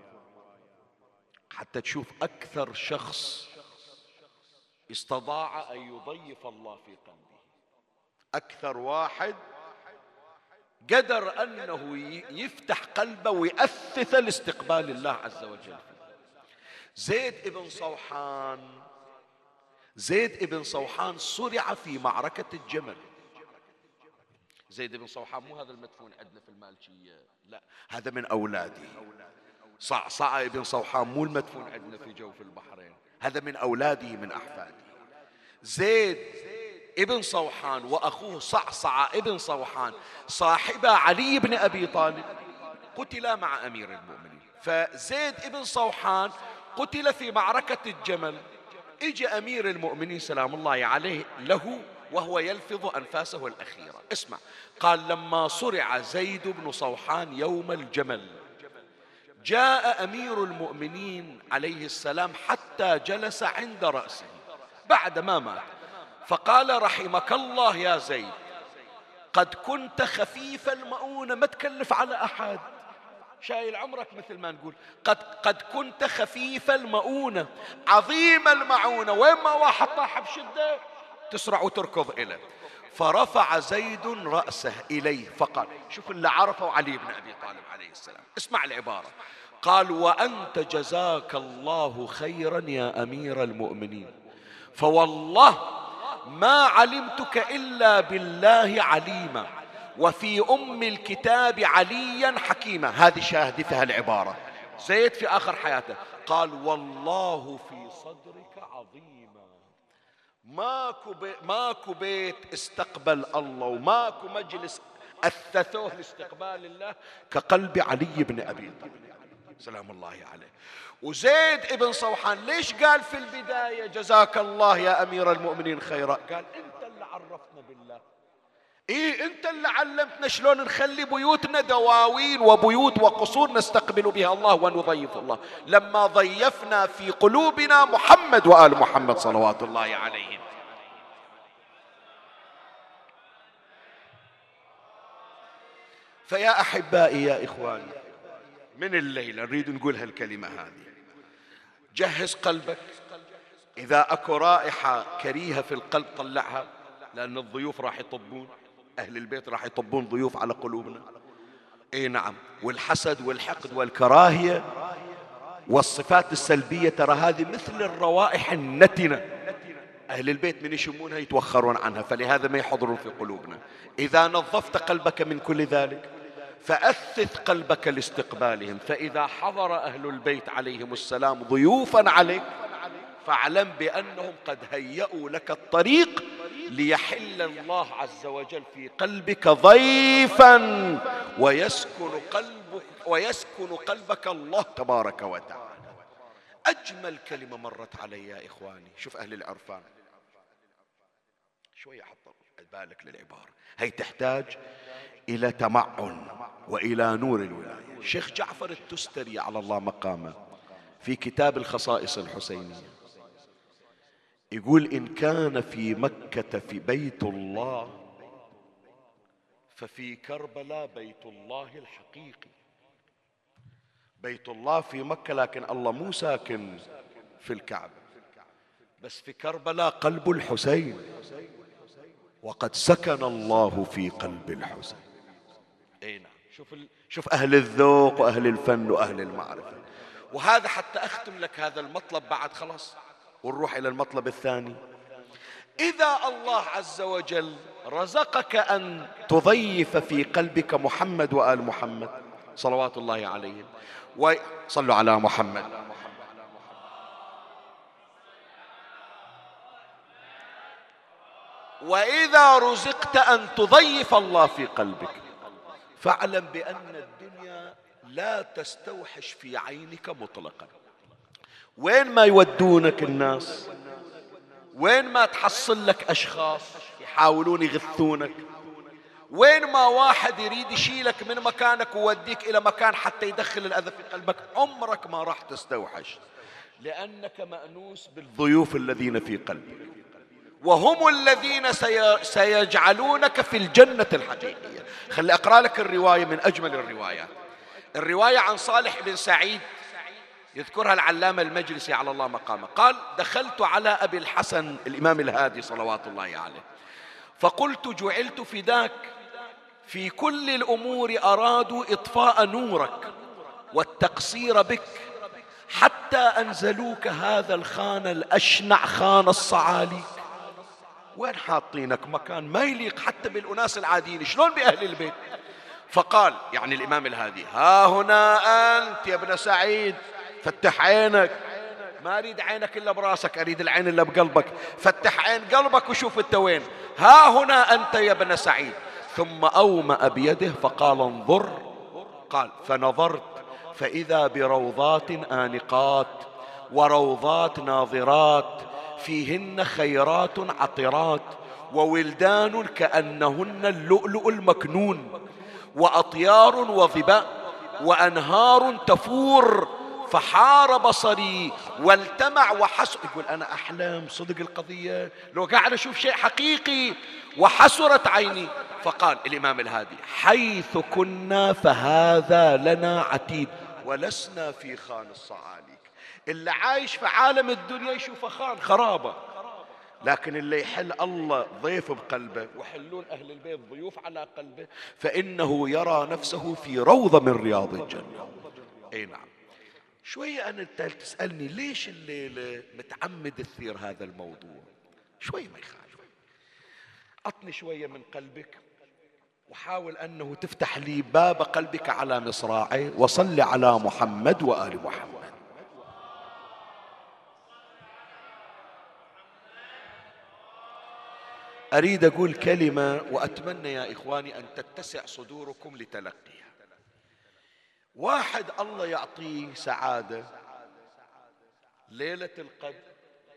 حتى تشوف أكثر شخص استطاع أن يضيف الله في قلبه، أكثر واحد قدر أنه يفتح قلبه ويأثث لاستقبال الله عز وجل. زيد ابن صوحان، زيد ابن صوحان صرع في معركة الجمل. زيد بن صوحان مو هذا المدفون عندنا في المالكية، لا، هذا من أولاده. صعصع ابن صوحان مو المدفون عندنا في جوف البحرين، هذا من أولاده من أحفاده. زيد ابن صوحان وأخوه صعصع ابن صوحان صاحب علي بن أبي طالب قتلا مع أمير المؤمنين. فزيد ابن صوحان قتل في معركة الجمل. اجى أمير المؤمنين سلام الله عليه له وهو يلفظ أنفاسه الأخيرة. اسمع، قال: لما صرع زيد بن صوحان يوم الجمل جاء أمير المؤمنين عليه السلام حتى جلس عند رأسه بعد ما مات، فقال: رحمك الله يا زيد، قد كنت خفيف المؤونة، ما تكلف على أحد، شايل عمرك مثل ما نقول، قد كنت خفيف المؤونة عظيم المعونة، وين ما واحد طاح بشدة تسرع وتركض إليه. فرفع زيد رأسه إليه فقال، شوف اللي عرفه علي بن أبي طالب عليه السلام، اسمع العبارة، قال: وأنت جزاك الله خيرا يا أمير المؤمنين، فوالله ما علمتك إلا بالله عليما، وفي أم الكتاب عليا حكيما. هذه شاهد فيها العبارة. زيد في آخر حياته قال: والله في صدرك عظيما. ماكو بيت استقبل الله وماكو مجلس أثثوه لاستقبال الله كقلب علي بن أبي طالب سلام الله عليه. وزيد ابن صوحان ليش قال في البداية جزاك الله يا أمير المؤمنين خيرا؟ قال: أنت اللي عرفتنا بالله، أنت اللي علمتنا شلون نخلي بيوتنا دواوين وبيوت وقصور نستقبل بها الله ونضيف الله، لما ضيفنا في قلوبنا محمد وآل محمد صلوات الله عليهم. فيا أحبائي يا إخواني، من الليلة نريد نقول هالكلمة هذه: جهز قلبك، إذا أكو رائحة كريهة في القلب طلعها، لأن الضيوف راح يطبون، أهل البيت راح يطبون ضيوف على قلوبنا. اي نعم، والحسد والحقد والكراهية والصفات السلبية ترى هذه مثل الروائح النتنة، أهل البيت من يشمونها يتوخرون عنها، فلهذا ما يحضرون في قلوبنا. إذا نظفت قلبك من كل ذلك فأثث قلبك لاستقبالهم، فإذا حضر أهل البيت عليهم السلام ضيوفا عليك فاعلم بأنهم قد هيئوا لك الطريق ليحل الله عز وجل في قلبك ضيفا ويسكن قلبك الله تبارك وتعالى. أجمل كلمة مرت علي يا إخواني، شوف أهل العرفان، شوية حط بالك للعبارة هي، تحتاج إلى تمعن وإلى نور الولاية. الشيخ جعفر التستري على الله مقامه في كتاب الخصائص الحسينية يقول: إن كان في مكة في بيت الله ففي كربلاء بيت الله الحقيقي. بيت الله في مكة لكن الله مو ساكن في الكعبة، بس في كربلاء قلب الحسين، وقد سكن الله في قلب الحسين. اي نعم، شوف أهل الذوق وأهل الفن وأهل المعرفة. وهذا حتى أختم لك هذا المطلب بعد خلاص ونروح إلى المطلب الثاني. إذا الله عز وجل رزقك أن تضيف في قلبك محمد وآل محمد صلوات الله عليهم، وصلوا على محمد. وإذا رزقت أن تضيف الله في قلبك فاعلم بأن الدنيا لا تستوحش في عينك مطلقا. وين ما يودونك الناس، وين ما تحصل لك أشخاص يحاولون يغثونك، وين ما واحد يريد يشيلك من مكانك ويوديك إلى مكان حتى يدخل الأذى في قلبك، عمرك ما راح تستوحش، لأنك مأنوس بالضيوف الذين في قلبك، وهم الذين سيجعلونك في الجنة الحقيقية. خلي أقرأ لك الرواية من أجمل الروايات. الرواية عن صالح بن سعيد يذكرها العلامة المجلسي على الله مقامه، قال: دخلت على أبي الحسن الإمام الهادي صلوات الله عليه فقلت: جعلت فداك، في كل الأمور أرادوا إطفاء نورك والتقصير بك، حتى أنزلوك هذا الخان الأشنع، خان الصعاليك. وين حاطينك مكان ما يليق حتى بالأناس العاديين، شلون بأهل البيت؟ فقال يعني الإمام الهادي: ها هنا أنت يا ابن سعيد، فتح عينك، ما أريد عينك إلا براسك، أريد العين إلا بقلبك، فتح عين قلبك وشوف أنت وين. ها هنا أنت يا ابن سعيد. ثم أومأ بيده فقال: انظر. قال: فنظرت فإذا بروضات آنقات وروضات ناظرات فيهن خيرات عطرات وولدان كأنهن اللؤلؤ المكنون وأطيار وظباء وأنهار تفور، فحار بصري والتمع وحسر. يقول أنا أحلم صدق القضية، لو قاعد أشوف شيء حقيقي، وحسرت عيني. فقال الإمام الهادي: حيث كنا فهذا لنا عتيد، ولسنا في خان الصعاليك. اللي عايش في عالم الدنيا يشوف خان خرابة، لكن اللي يحل الله ضيف بقلبه، وحلون أهل البيت ضيوف على قلبه، فإنه يرى نفسه في روضة من رياض الجنة. أي نعم. شوية أنا تسألني ليش الليلة متعمد تثير هذا الموضوع؟ شوية ما يخالف، أعطني شوية من قلبك، وحاول أنه تفتح لي باب قلبك على مصراعي، وصل على محمد وآل محمد. أريد أقول كلمة وأتمنى يا إخواني أن تتسع صدوركم لتلقيها. واحد الله يعطيه سعادة ليلة القدر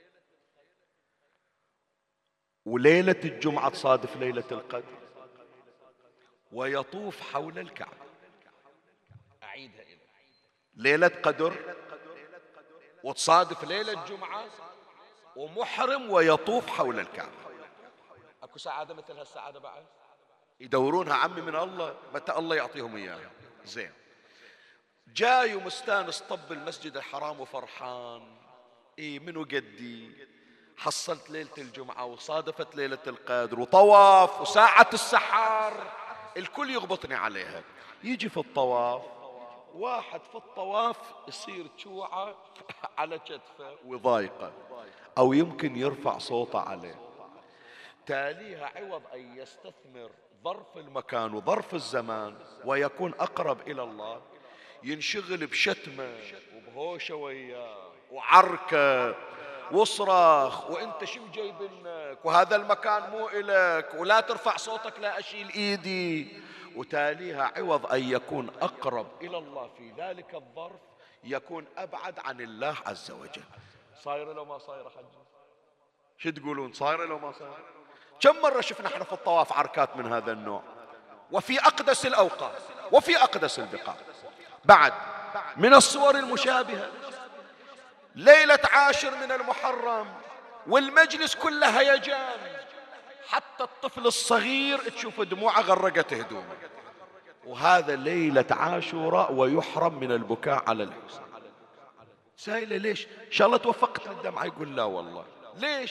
وليلة الجمعة تصادف ليلة القدر، ويطوف حول الكعبة. أعيدها إلى ليلة قدر وتصادف ليلة جمعة ومحرم ويطوف حول الكعبة. أكو سعادة مثل هالسعادة بعد؟ يدورونها عمي من الله، متى الله يعطيهم إياها. زين، جاي ومستانس طب المسجد الحرام وفرحان، منو قدي حصلت ليلة الجمعة وصادفت ليلة القدر وطواف وساعة السحار، الكل يغبطني عليها. يجي في الطواف واحد في الطواف يصير تشوعة على كتفه وضايقه، أو يمكن يرفع صوته عليه، تاليها عوض أن يستثمر ظرف المكان وظرف الزمان ويكون أقرب إلى الله، ينشغل بشتمه وبهوشه وياه وعركه وصراخ، وانت شو جايبنك، وهذا المكان مو إلك، ولا ترفع صوتك لا أشيل إيدي. وتاليها عوض أن يكون أقرب إلى الله في ذلك الظرف يكون أبعد عن الله عز وجل. صايرة لو ما صايرة حجي؟ شو تقولون، صايرة لو ما صايرة؟ كم مرة شفنا احنا في الطواف عركات من هذا النوع، وفي أقدس الأوقات وفي أقدس البقاع. بعد من الصور المشابهة ليلة 10 من المحرم والمجلس كله هيجان، حتى الطفل الصغير تشوف دموعه غرقت هدومه، وهذا ليلة عاشوراء ويحرم من البكاء على الحسين. سائلة ليش؟ إن شاء الله توفقت للدمعة. يقول لا والله. ليش؟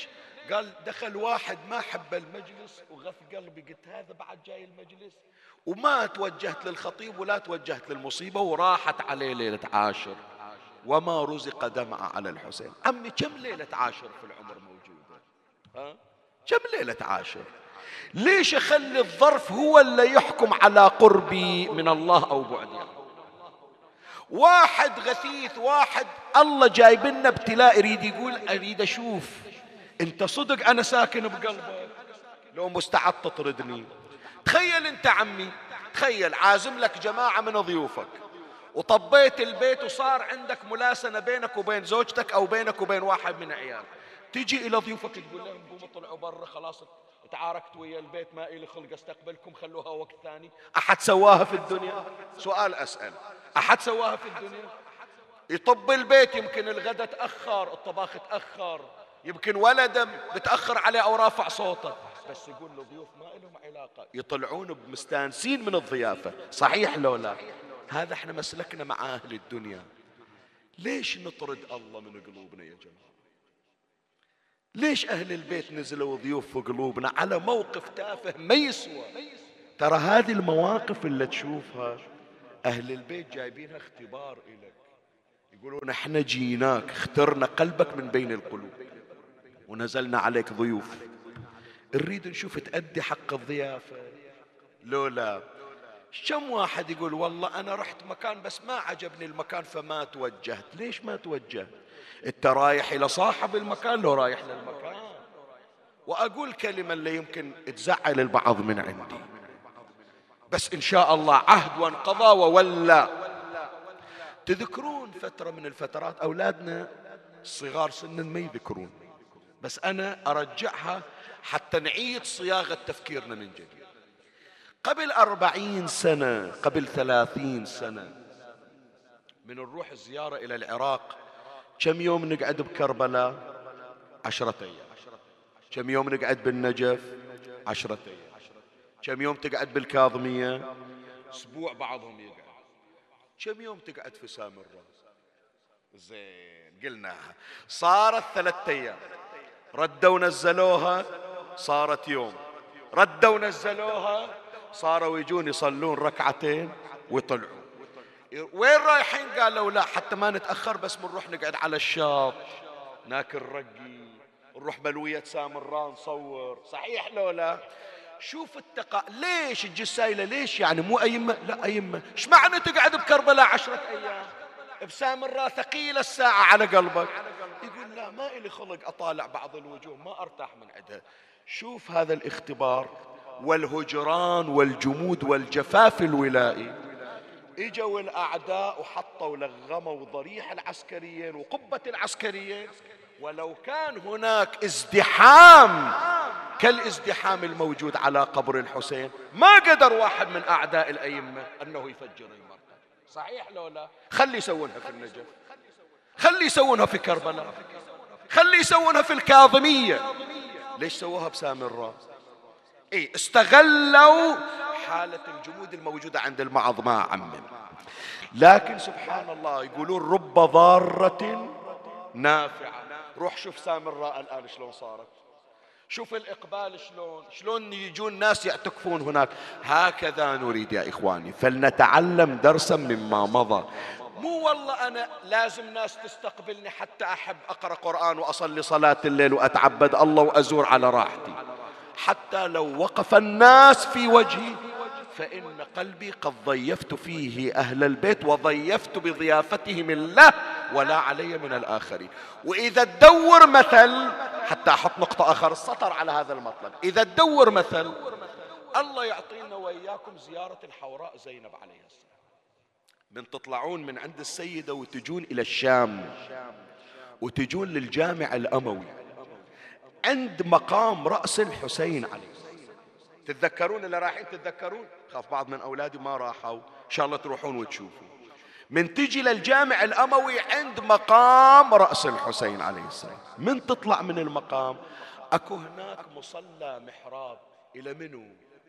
قال دخل واحد ما حب المجلس وغث قلبي، قلت هذا بعد جاي المجلس؟ وما توجهت للخطيب ولا توجهت للمصيبة، وراحت عليه ليلة عاشر وما رزق دمعة على الحسين. عمي كم ليلة عاشر في العمر موجودة؟ ها؟ كم ليلة عاشر؟ ليش أخلي الظرف هو اللي يحكم على قربي من الله أو بعدي؟ واحد غثيث، واحد الله جايب لنا ابتلاء، يريد يقول أريد أشوف أنت صدق أنا ساكن بقلبك لو مستعد تطردني. تخيل أنت عمي، تخيل عازم لك جماعة من ضيوفك وطبيت البيت وصار عندك ملاسنة بينك وبين زوجتك أو بينك وبين واحد من عيالك، تجي إلى ضيوفك تقول لهم قوموا طلعوا برا، خلاص تعاركت ويا البيت ما إلي خلق استقبلكم، خلوها وقت ثاني. أحد سواها في الدنيا؟ سؤال أسأل، أحد سواها في الدنيا؟ يطب البيت، يمكن الغداء تأخر، الطباخ تأخر، يمكن ولده بتأخر عليه أو رافع صوته، بس يقول لضيوف ما لهم علاقة، يطلعون بمستانسين من الضيافة. صحيح لو لا؟ هذا احنا مسلكنا مع أهل الدنيا. ليش نطرد الله من قلوبنا يا جماعة؟ ليش أهل البيت نزلوا ضيوف في قلوبنا على موقف تافه ما يسوى؟ ترى هذه المواقف اللي تشوفها أهل البيت جايبينها اختبار إلك، يقولون احنا جيناك اخترنا قلبك من بين القلوب ونزلنا عليك ضيوف، نريد نشوف تأدي حق الضيافة لولا. كم واحد يقول والله أنا رحت مكان بس ما عجبني المكان فما توجهت. ليش ما توجهت؟ أنت رايح إلى صاحب المكان لو رايح للمكان. وأقول كلمة اللي يمكن تزعل البعض من عندي، بس إن شاء الله عهد وانقضى وولى. تذكرون فترة من الفترات أولادنا الصغار سنا ما يذكرون، بس أنا أرجعها حتى نعيد صياغة تفكيرنا من جديد. قبل 40 سنة، قبل 30 سنة، من نروح الزيارة إلى العراق كم يوم نقعد بكربلاء؟ 10 أيام. كم يوم نقعد بالنجف؟ 10 أيام. كم يوم تقعد بالكاظمية؟ أسبوع بعضهم يقعد. كم يوم تقعد في سامراء؟ زين قلناها، صارت 3 أيام، ردوا نزلوها صارت يوم، ردوا نزلوها صاروا يجون يصلون ركعتين ويطلعوا. وين رايحين؟ قالوا لا حتى ما نتأخر بس بنروح نقعد على الشاط ناكل رقي، نروح ملوية سامراء نصور. صحيح لو لا؟ شوف ليش الجسايلة؟ ليش يعني مو أيمة؟ لا أيمة. ايش معنى تقعد بكربلاء 10 أيام؟ بسامراء ثقيلة الساعة على قلبك. يقول لا ما إلي خلق أطالع بعض الوجوه ما أرتاح من عندها. شوف هذا الاختبار والهجران والجمود والجفاف الولائي. اجوا الأعداء وحطوا لغموا ضريح العسكريين وقبة العسكريين، ولو كان هناك ازدحام كالازدحام الموجود على قبر الحسين ما قدر واحد من أعداء الأئمة أنه يفجر المرقد. صحيح لو لا؟ خلي يسوونها في النجف، خلي يسوونها في كربلاء، خلي يسوونها في الكاظمية. ليش سووها بسامراء؟ استغلوا حالة الجمود الموجودة عند المعظ ما عمم. لكن سبحان الله يقولون رب ضارة نافعة. روح شوف سامراء الآن شلون صارت، شوف الإقبال شلون يجون ناس يعتكفون هناك. هكذا نريد يا إخواني، فلنتعلم درسا مما مضى. مو والله أنا لازم ناس تستقبلني حتى أحب أقرأ قرآن وأصلي صلاة الليل وأتعبد الله وأزور على راحتي. حتى لو وقف الناس في وجهي فإن قلبي قد ضيفت فيه أهل البيت وضيفت بضيافتهم الله ولا علي من الآخرين. وإذا تدور مثل، حتى أحط نقطة آخر السطر على هذا المطلب، إذا تدور مثل الله يعطينا وإياكم زيارة الحوراء زينب عليه السلام. من تطلعون من عند السيدة وتجون إلى الشام وتجون للجامع الأموي عند مقام رأس الحسين عليه السلام. تتذكرون اللي رايحين؟ تتذكرون؟ خاف بعض من أولادي ما راحوا، إن شاء الله تروحون وتشوفوا. من تجي للجامع الأموي عند مقام رأس الحسين عليه السلام، من تطلع من المقام أكو هناك مصلى محراب إلى منو؟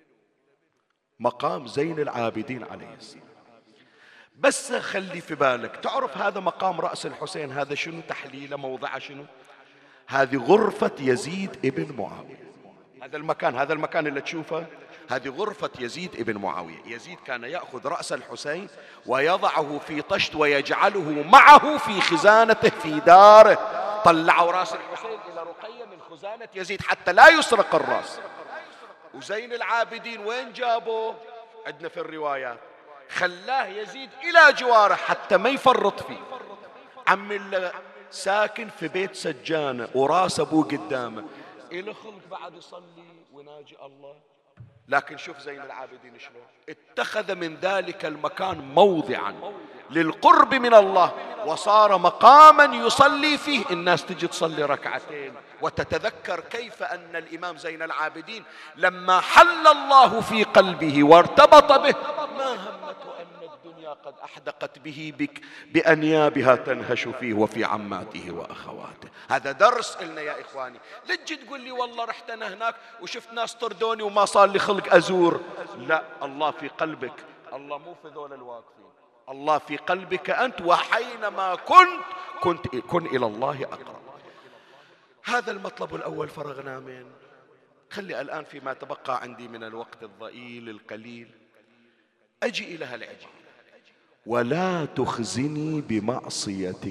مقام زين العابدين عليه السلام. بس خلي في بالك، تعرف هذا مقام رأس الحسين هذا شنو تحليله؟ موضعه شنو؟ هذه غرفة يزيد ابن معاوية. هذا المكان اللي تشوفه، هذه غرفة يزيد ابن معاوية. يزيد كان يأخذ رأس الحسين ويضعه في طشت ويجعله معه في خزانته في داره. طلعوا رأس الحسين إلى رقية من خزانة يزيد حتى لا يسرق الرأس. وزين العابدين وين جابوه؟ عندنا في الروايات خلاه يزيد إلى جواره حتى ما يفرط فيه. عم اللي ساكن في بيت سجانة وراس أبوه قدامه، إله خلق بعد يصلي ويناجي الله. لكن شوف زين العابدين شلون اتخذ من ذلك المكان موضعا للقرب من الله، وصار مقاما يصلي فيه. الناس تجي تصلي ركعتين وتتذكر كيف أن الإمام زين العابدين لما حل الله في قلبه وارتبط به ما همته أن الدنيا قد أحدقت به بأنيابها تنهش فيه وفي عماته وأخواته. هذا درس لنا يا إخواني. لا تجي تقول لي والله رحت أنا هناك وشفت ناس طردوني وما صار لي خلق أزور. لا، الله في قلبك، الله مو في ذول الواقفين، الله في قلبك أنت، وحينما كن إلى الله أقرب. هذا المطلب الأول فرغنا منه. خلي الآن فيما تبقى عندي من الوقت الضئيل القليل أجي إلى هالعجيب: ولا تخزني بمعصيتك.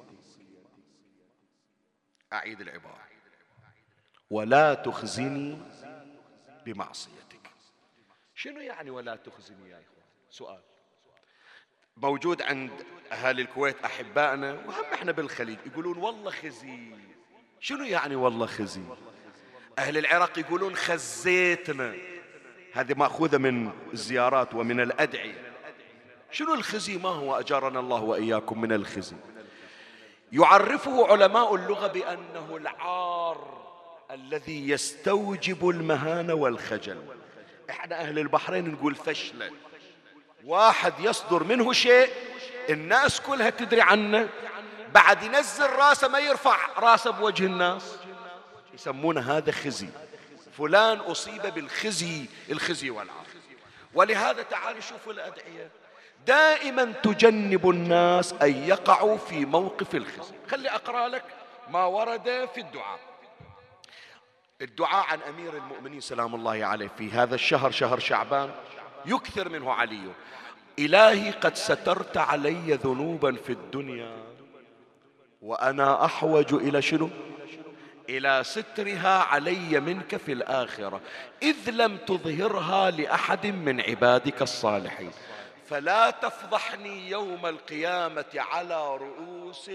أعيد العبارة: ولا تخزني بمعصيتك. شنو يعني ولا تخزني يا إخوان؟ سؤال موجود عند أهالي الكويت أحبائنا، وهم إحنا بالخليج يقولون والله خزي. شنو يعني والله خزي؟ أهل العراق يقولون خزيتنا، هذه مأخوذة من الزيارات ومن الأدعية. شنو الخزي؟ ما هو أجارنا الله وإياكم من الخزي؟ يعرفه علماء اللغة بأنه العار الذي يستوجب المهانة والخجل. إحنا أهل البحرين نقول فشلة، واحد يصدر منه شيء الناس كلها تدري عنه، بعد ينزل راسه ما يرفع راسه بوجه الناس، يسمونه هذا خزي. فلان أصيب بالخزي، الخزي والعار. ولهذا تعالوا شوفوا الأدعية دائما تجنب الناس أن يقعوا في موقف الخزي. خلي أقرأ لك ما ورد في الدعاء. الدعاء عن أمير المؤمنين سلام الله عليه في هذا الشهر، شهر شعبان، يكثر منه علي: إلهي قد سترت علي ذنوبا في الدنيا وأنا أحوج إلى شنو؟ إلى سترها علي منك في الآخرة، إذ لم تظهرها لأحد من عبادك الصالحين، فلا تفضحني يوم القيامة على رؤوس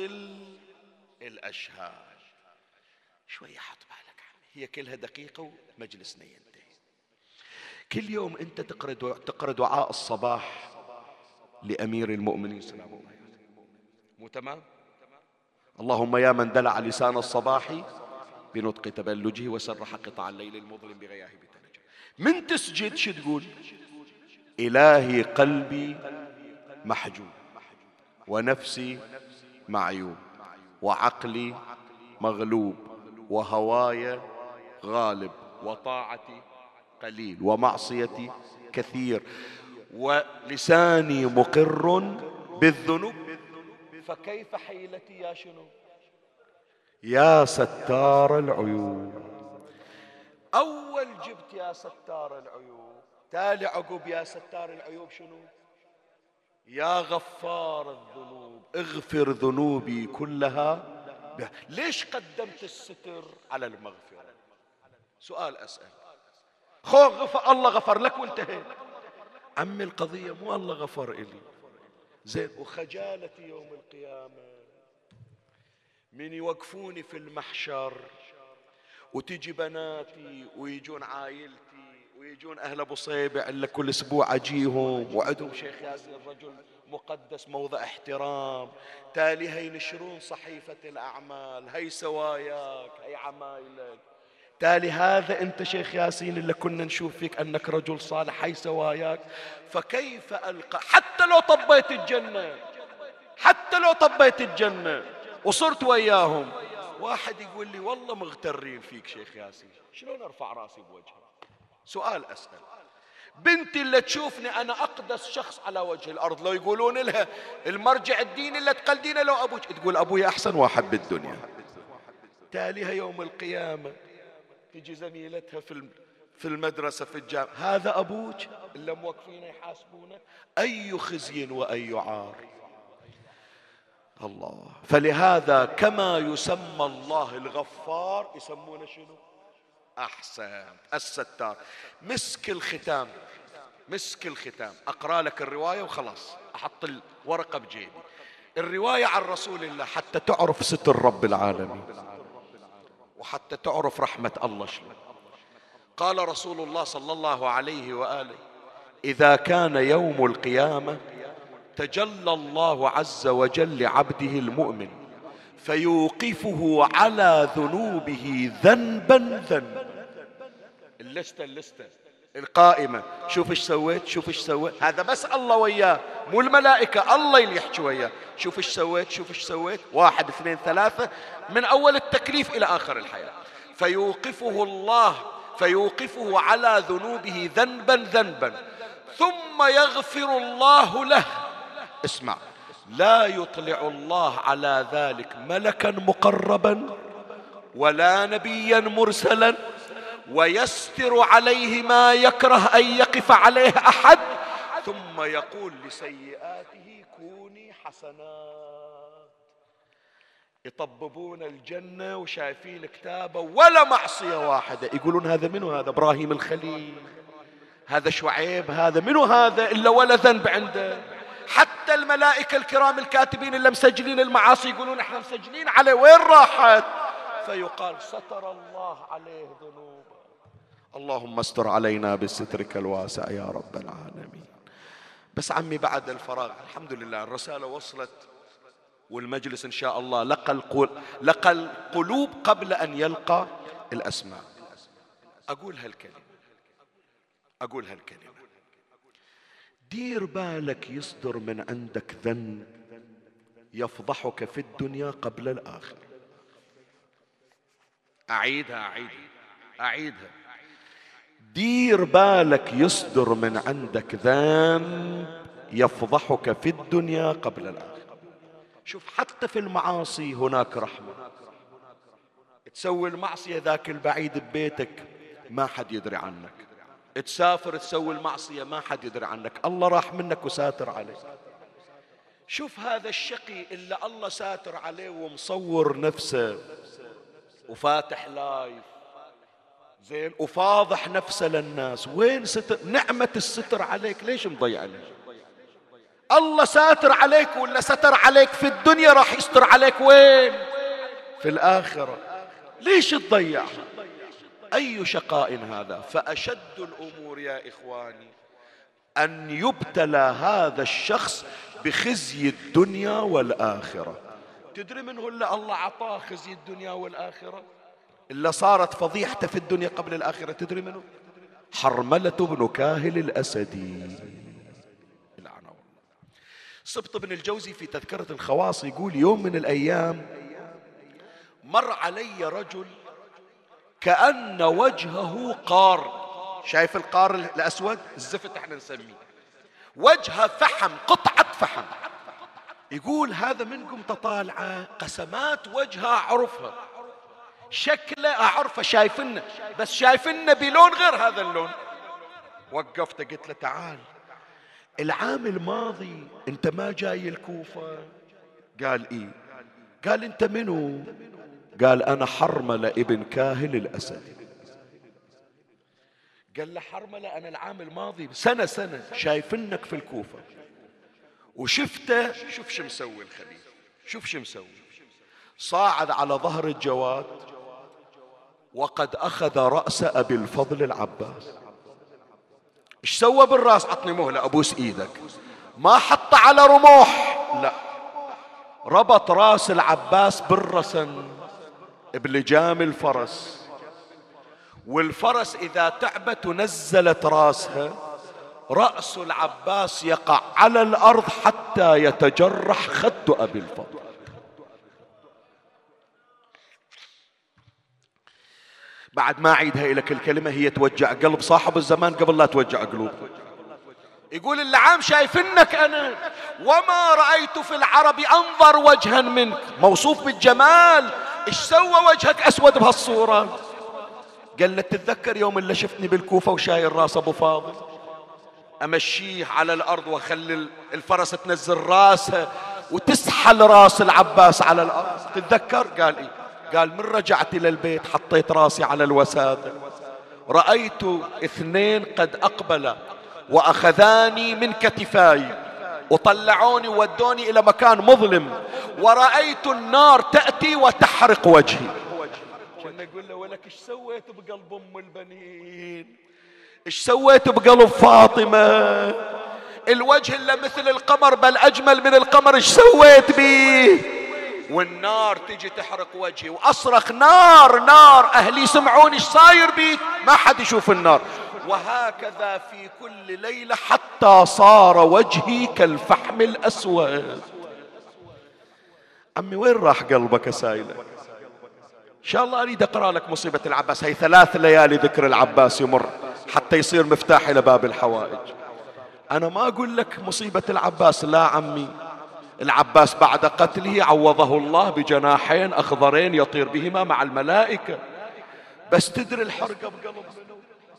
الأشهاد. شوية حط بالك عمي، هي كلها دقيقة ومجلسنا ينتهي. كل يوم أنت تقرأ دعاء الصباح لأمير المؤمنين سلام الله عليه، مو تمام؟ اللهم يا من دلع لسان الصباح بنطق تبلجه وسرح قطع الليل المظلم بغياهب تلجه. من تسجد شو تقول؟ إلهي قلبي محجوب ونفسي معيوب وعقلي مغلوب وهواي غالب وطاعتي قليل ومعصيتي كثير ولساني مقر بالذنوب، فكيف حيلتي يا شنو؟ يا ستار العيوب. أول جبت يا ستار العيوب، تالي عقب يا ستار العيوب شنو؟ يا غفار الذنوب اغفر ذنوبي كلها. ليش قدمت الستر على المغفرة؟ سؤال أسأل. الله غفر لك وانتهيت. عمي القضية مو الله غفر إلي زين، وخجالتي يوم القيامة من يوقفوني في المحشر وتجي بناتي ويجون عائلتي ويجون أهل أبو صيبع اللي كل أسبوع أجيهم وعندهم شيخ ياسين رجل مقدس موضع احترام، تالي هي ينشرون صحيفة الأعمال، هي سواياك هي عمايلك، تالي هذا أنت شيخ ياسين اللي كنا نشوف فيك أنك رجل صالح، هي سواياك. فكيف ألقى حتى لو طبيت الجنة، حتى لو طبيت الجنة وصرت وياهم، واحد يقول لي والله مغترين فيك شيخ ياسين، شلون أرفع راسي بوجهه؟ سؤال أسأل. بنتي اللي تشوفني أنا أقدس شخص على وجه الأرض، لو يقولون لها المرجع الديني اللي تقلدينه لو أبوك، تقول أبوي أحسن واحد بالدنيا. تاليها يوم القيامة تجي زميلتها في المدرسة في الجامعة، هذا أبوك إلا موقفين يحاسبونه، أي خزي وأي عار. الله. فلهذا كما يسمى الله الغفار يسمونه شنو؟ أحسن، الستار. مسك الختام، مسك الختام. أقرأ لك الرواية وخلاص أحط الورقة بجيبي. الرواية عن رسول الله حتى تعرف ستر رب العالمين وحتى تعرف رحمة الله شلون. قال رسول الله صلى الله عليه وآله: إذا كان يوم القيامة تجلى الله عز وجل لعبده المؤمن فيوقفه على ذنوبه ذنبا ذنبا. اللستة القائمة، شوف ايش سويت، شوف ايش سويت. هذا بس الله وياه، مو الملائكة، الله اللي يحكي وياه. شوف ايش سويت، شوف ايش سويت، 1 2 3 من أول التكليف إلى آخر الحياة. فيوقفه على ذنوبه ذنبا ذنبا ثم يغفر الله له. اسمع، لا يطلع الله على ذلك ملكا مقربا ولا نبيا مرسلا ويستر عليه ما يكره أن يقف عليه أحد، ثم يقول لسيئاته كوني حسنات. يطببون الجنة وشايفين كتابه ولا معصية واحدة، يقولون هذا منو؟ هذا إبراهيم الخليل، هذا شعيب، هذا منو هذا إلا ولا ذنب عنده. حتى الملائكة الكرام الكاتبين اللي مسجلين المعاصي يقولون احنا مسجلين عليه، وين راحت؟ فيقال ستر الله عليه ذنوبه. اللهم استر علينا بسترك الواسع يا رب العالمين. بس عمي بعد الفراغ الحمد لله الرسالة وصلت، والمجلس إن شاء الله لقى القلوب قبل أن يلقى الأسماء. أقول هالكلمة، دير بالك يصدر من عندك ذنب يفضحك في الدنيا قبل الآخرة. أعيدها. دير بالك يصدر من عندك ذنب يفضحك في الدنيا قبل الآخرة. شوف حتى في المعاصي هناك رحمة. تسوي المعصية ذاك البعيد ببيتك ما حد يدري عنك، تسافر تسوي المعصية ما حد يدري عنك، الله راح منك وساتر عليك. شوف هذا الشقي إلا الله ساتر عليه ومصور نفسه وفاتح لايف زين وفاضح نفسه للناس، وين ستر نعمة الستر عليك؟ ليش مضيع ليه؟ الله ساتر عليك، ولا ستر عليك في الدنيا راح يستر عليك وين؟ في الآخرة. ليش تضيعها؟ أي شقاء هذا. فأشد الأمور يا إخواني أن يبتلى هذا الشخص بخزي الدنيا والآخرة. تدري من هو اللي الله عطاه خزي الدنيا والآخرة، اللي صارت فضيحته في الدنيا قبل الآخرة؟ تدري منه؟ حرملة بن كاهل الأسدي. سبط بن الجوزي في تذكرة الخواص يقول يوم من الأيام مر علي رجل كأن وجهه قار. شايف القار الأسود الزفت احنا نسميه، وجهه فحم، قطعة فحم. يقول هذا منكم تطالعه، قسمات وجهه أعرفها، شكله أعرفه، شايفنه بس شايفنه بلون غير هذا اللون. وقفت قلت له تعال، العام الماضي انت ما جاي الكوفة؟ قال ايه. قال انت منو؟ قال انا حرملة ابن كاهل الاسد. قال له حرملة انا العام الماضي سنة شايفنك في الكوفة وشفته، شوف شو مسوي الخليل، شوف شو مسوي، صاعد على ظهر الجواد وقد اخذ رأس ابي الفضل العباس. ايش سوى بالراس؟ عطني مهلة ابوس ايدك. ما حط على رموح، لا، ربط راس العباس بالرسن بلجام الفرس، والفرس اذا تعبت ونزلت راسها رأس العباس يقع على الارض حتى يتجرح خد ابي الفضل. بعد ما أعيدها إليك الكلمة هي توجع قلب صاحب الزمان قبل لا توجع قلوب. يقول العام شايفنك أنا وما رأيت في العرب أنظر وجها منك، موصوف بالجمال ايش سوى وجهك اسود بهالصورة؟ قال له تتذكر يوم اللي شفتني بالكوفة وشايل راس ابو فاضل امشيه على الارض واخلي الفرس تنزل راسها وتسحل راس العباس على الارض، تتذكر؟ قال ايه. قال من رجعت الى البيت حطيت راسي على الوسادة، رأيت اثنين قد اقبلا واخذاني من كتفاي وطلعوني وودوني الى مكان مظلم، ورأيت النار تأتي وتحرق وجهي. كنا نقول له ولك ايش سويت بقلب ام البنين؟ ايش سويت بقلب فاطمة؟ الوجه اللي مثل القمر بل اجمل من القمر ايش سويت بيه؟ والنار تجي تحرق وجهي واصرخ نار نار، اهلي سمعوني ايش صاير بيك؟ ما حد يشوف النار. وهكذا في كل ليلة حتى صار وجهي كالفحم الاسود. عمي وين راح قلبك يا سايلة؟ ان شاء الله اريد اقرا لك مصيبة العباس، هي 3 ليالي ذكر العباس يمر حتى يصير مفتاح الى باب الحوائج. انا ما اقول لك مصيبة العباس، لا عمي، العباس بعد قتله عوضه الله بجناحين اخضرين يطير بهما مع الملائكة. بس تدري الحرقة بقلب منو؟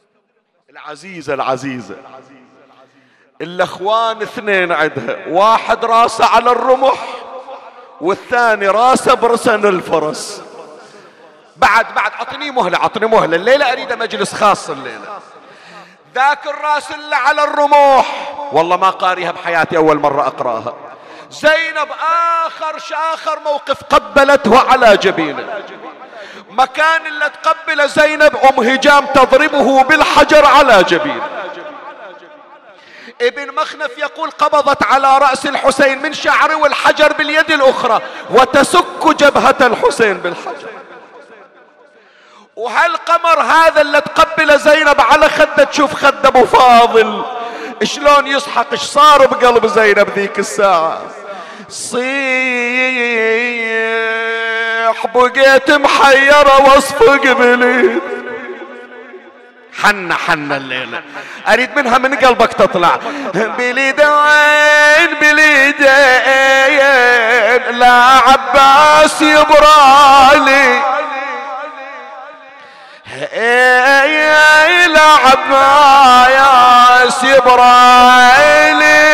العزيزة الاخوان 2 عندها، واحد راسه على الرمح والثاني راسه برسن الفرس. بعد عطني مهلة الليلة اريد مجلس خاص الليلة. ذاك الراس اللي على الرموح والله ما قاريها بحياتي، اول مرة اقراها. زينب اخر موقف قبلته على جبينه، مكان اللي تقبل زينب هجام تضربه بالحجر على جبينه. ابن مخنف يقول قبضت على رأس الحسين من شعره والحجر باليد الاخرى وتسك جبهة الحسين بالحجر. وهالقمر هذا اللي تقبل زينب على خده، تشوف خد ابو فاضل شلون يصحق، ايش صار بقلب زينب ذيك الساعة؟ صيح بقيت محيرة واصفق بليد. حنة الليلة اريد منها من قلبك تطلع. بليدين لا عباس يبرالي، لا عباس يبرالي،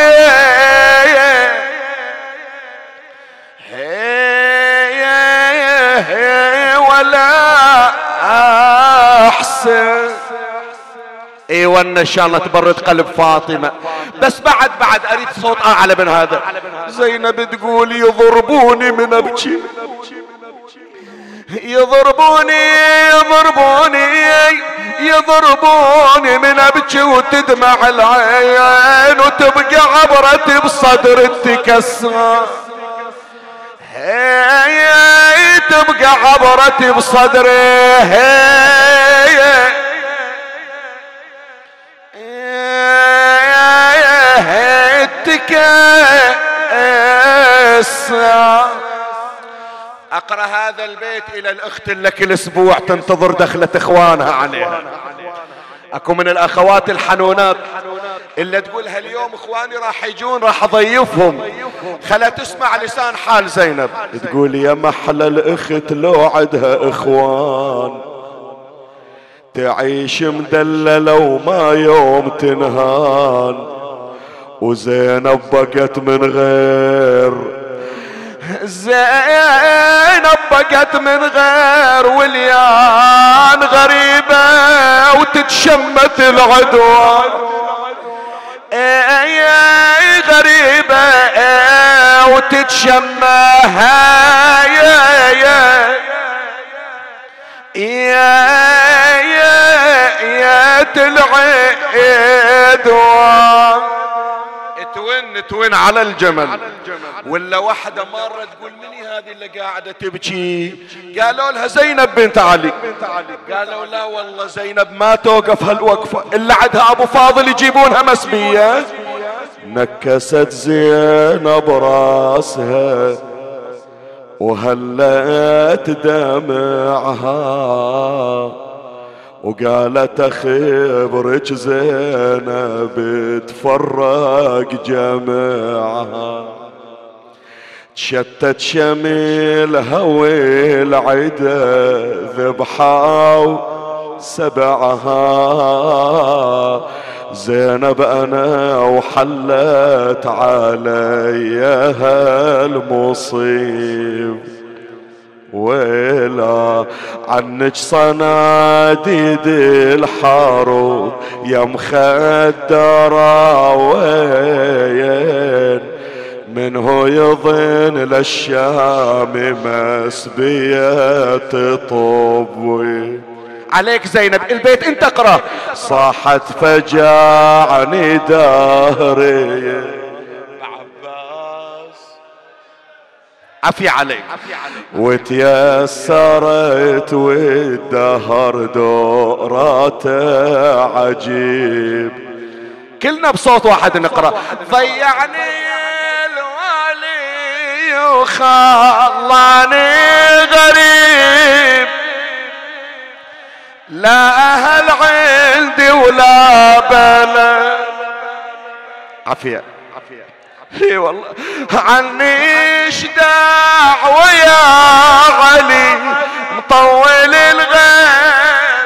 ولا احسن. ايوه ان شاء الله تبرد قلب فاطمة. بس بعد اريد صوت اعلى من هذا. زينب تقول يضربوني من ابكي، يضربوني من ابكي وتدمع العين وتبقى عبرتي بصدر تكسر، تبقى عبرتي بصدري تكسر. اقرأ هذا البيت الى الاخت اللي كل اسبوع تنتظر دخلة اخوانها عليها. اكو من الاخوات الحنونات اللي تقولها اليوم اخواني راح يجون راح اضيفهم، خلا تسمع لسان حال زينب. تقول يا محلى الاخت لو عدها اخوان تعيش مدللة وما يوم تنهان، وزينب بقت من غير، زينب بقت من غير وليان غريبة وتتشمت العدوان، غريبة وتتشمها يا العدوان. توين على الجمل. ولا واحدة مرة تقول مني هذه اللي قاعدة تبكي؟ قالوا لها زينب بنت علي. قالوا لا والله زينب ما توقف هالوقفة إلا عدها أبو فاضل يجيبونها مسبية. نكست زينب راسها وهلت دمعها وقالت اخبرك زينب تفرق جمعها، تشتت شملها والعدا ذبحوا سبعها، زينب أنا وحلت عليها المصيب، ويلا عنك صناديد الحروب يا مخدرة، وين منه يظن للشام مسبية طب. عليك زينب البيت انت اقرأ. صاحت فجعني دهري عباس، عفي عليك، وتيسرت والدهر دوراته عجيب. كلنا بصوت واحد نقرأ. ضيعني الوالي وخلاني غريب، لا أهل عندي ولا بلد. عافية اي والله. عني شداع ويا علي مطول الغيب،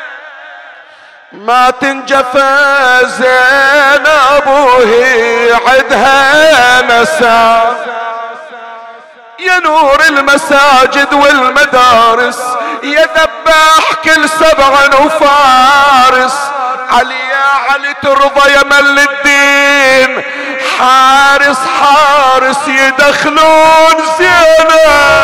ما تنجفى زينب وهي عدها مساء، يا نور المساجد والمدارس، يا ذباح كل سبع وفارس. علي يا علي ترضى يا مل الدين، حارس حارس يدخلون زينب.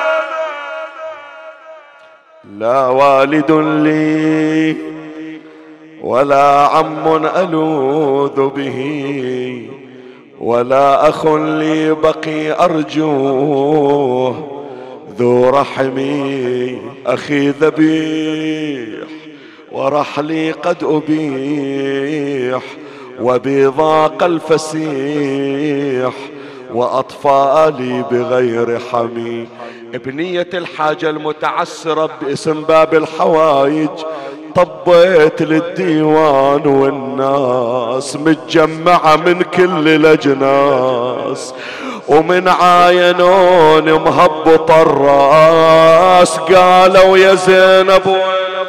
لا والد لي ولا عم ألوذ به، ولا أخ لي بقي أرجوه، ذو رحمي أخي ذبيح ورحلي قد أبيح، وبضاق الفسيح وأطفالي بغير حمي. ابنية الحاجة المتعسرة باسم باب الحوايج، طبيت للديوان والناس متجمعة من كل الأجناس، ومن عاينون مهبط الراس قالوا يا زينب.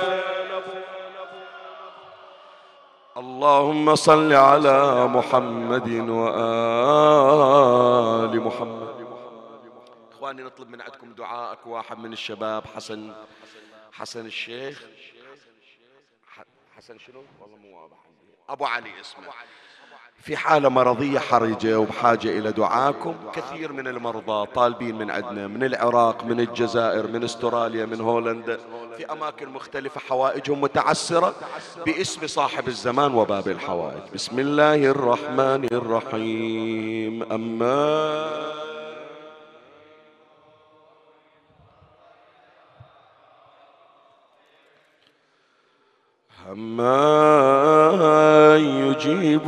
اللهم صل على محمد وآل محمد. اخواني نطلب من عندكم دعاءك. واحد من الشباب حسن الشيخ، حسن شنو والله مو واضح، ابو علي اسمه، في حالة مرضية حرجة وبحاجة إلى دعاكم. كثير من المرضى طالبين من عندنا، من العراق، من الجزائر، من استراليا، من هولندا، في أماكن مختلفة حوائجهم متعسرة باسم صاحب الزمان وباب الحوائج. بسم الله الرحمن الرحيم. أما يجيب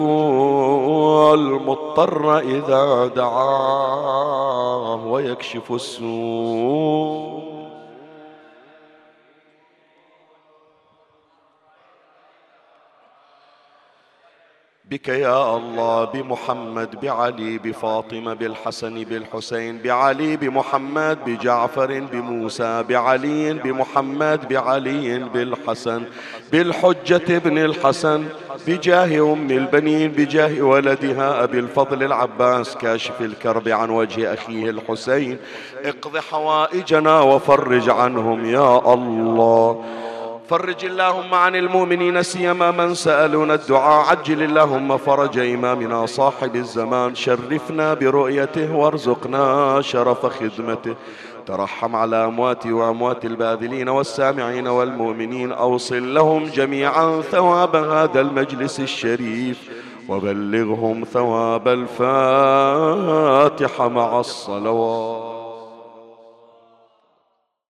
المضطر إذا دعاه ويكشف السوء. بك يا الله، بمحمد، بعلي، بفاطمة، بالحسن، بالحسين، بعلي، بمحمد، بجعفر، بموسى، بعلي، بمحمد، بعلي، بالحسن، بالحجة ابن الحسن، بجاه أم البنين، بجاه ولدها أبي الفضل العباس كاشف الكرب عن وجه أخيه الحسين. اقض حوائجنا وفرج عنهم يا الله. فرج اللهم عن المؤمنين سيما من سألونا الدعاء. عجل اللهم فرج إمامنا صاحب الزمان، شرفنا برؤيته وارزقنا شرف خدمته. ترحم على أمواتي وأموات الباذلين والسامعين والمؤمنين. أوصل لهم جميعا ثواب هذا المجلس الشريف، وبلغهم ثواب الفاتحة مع الصلوات.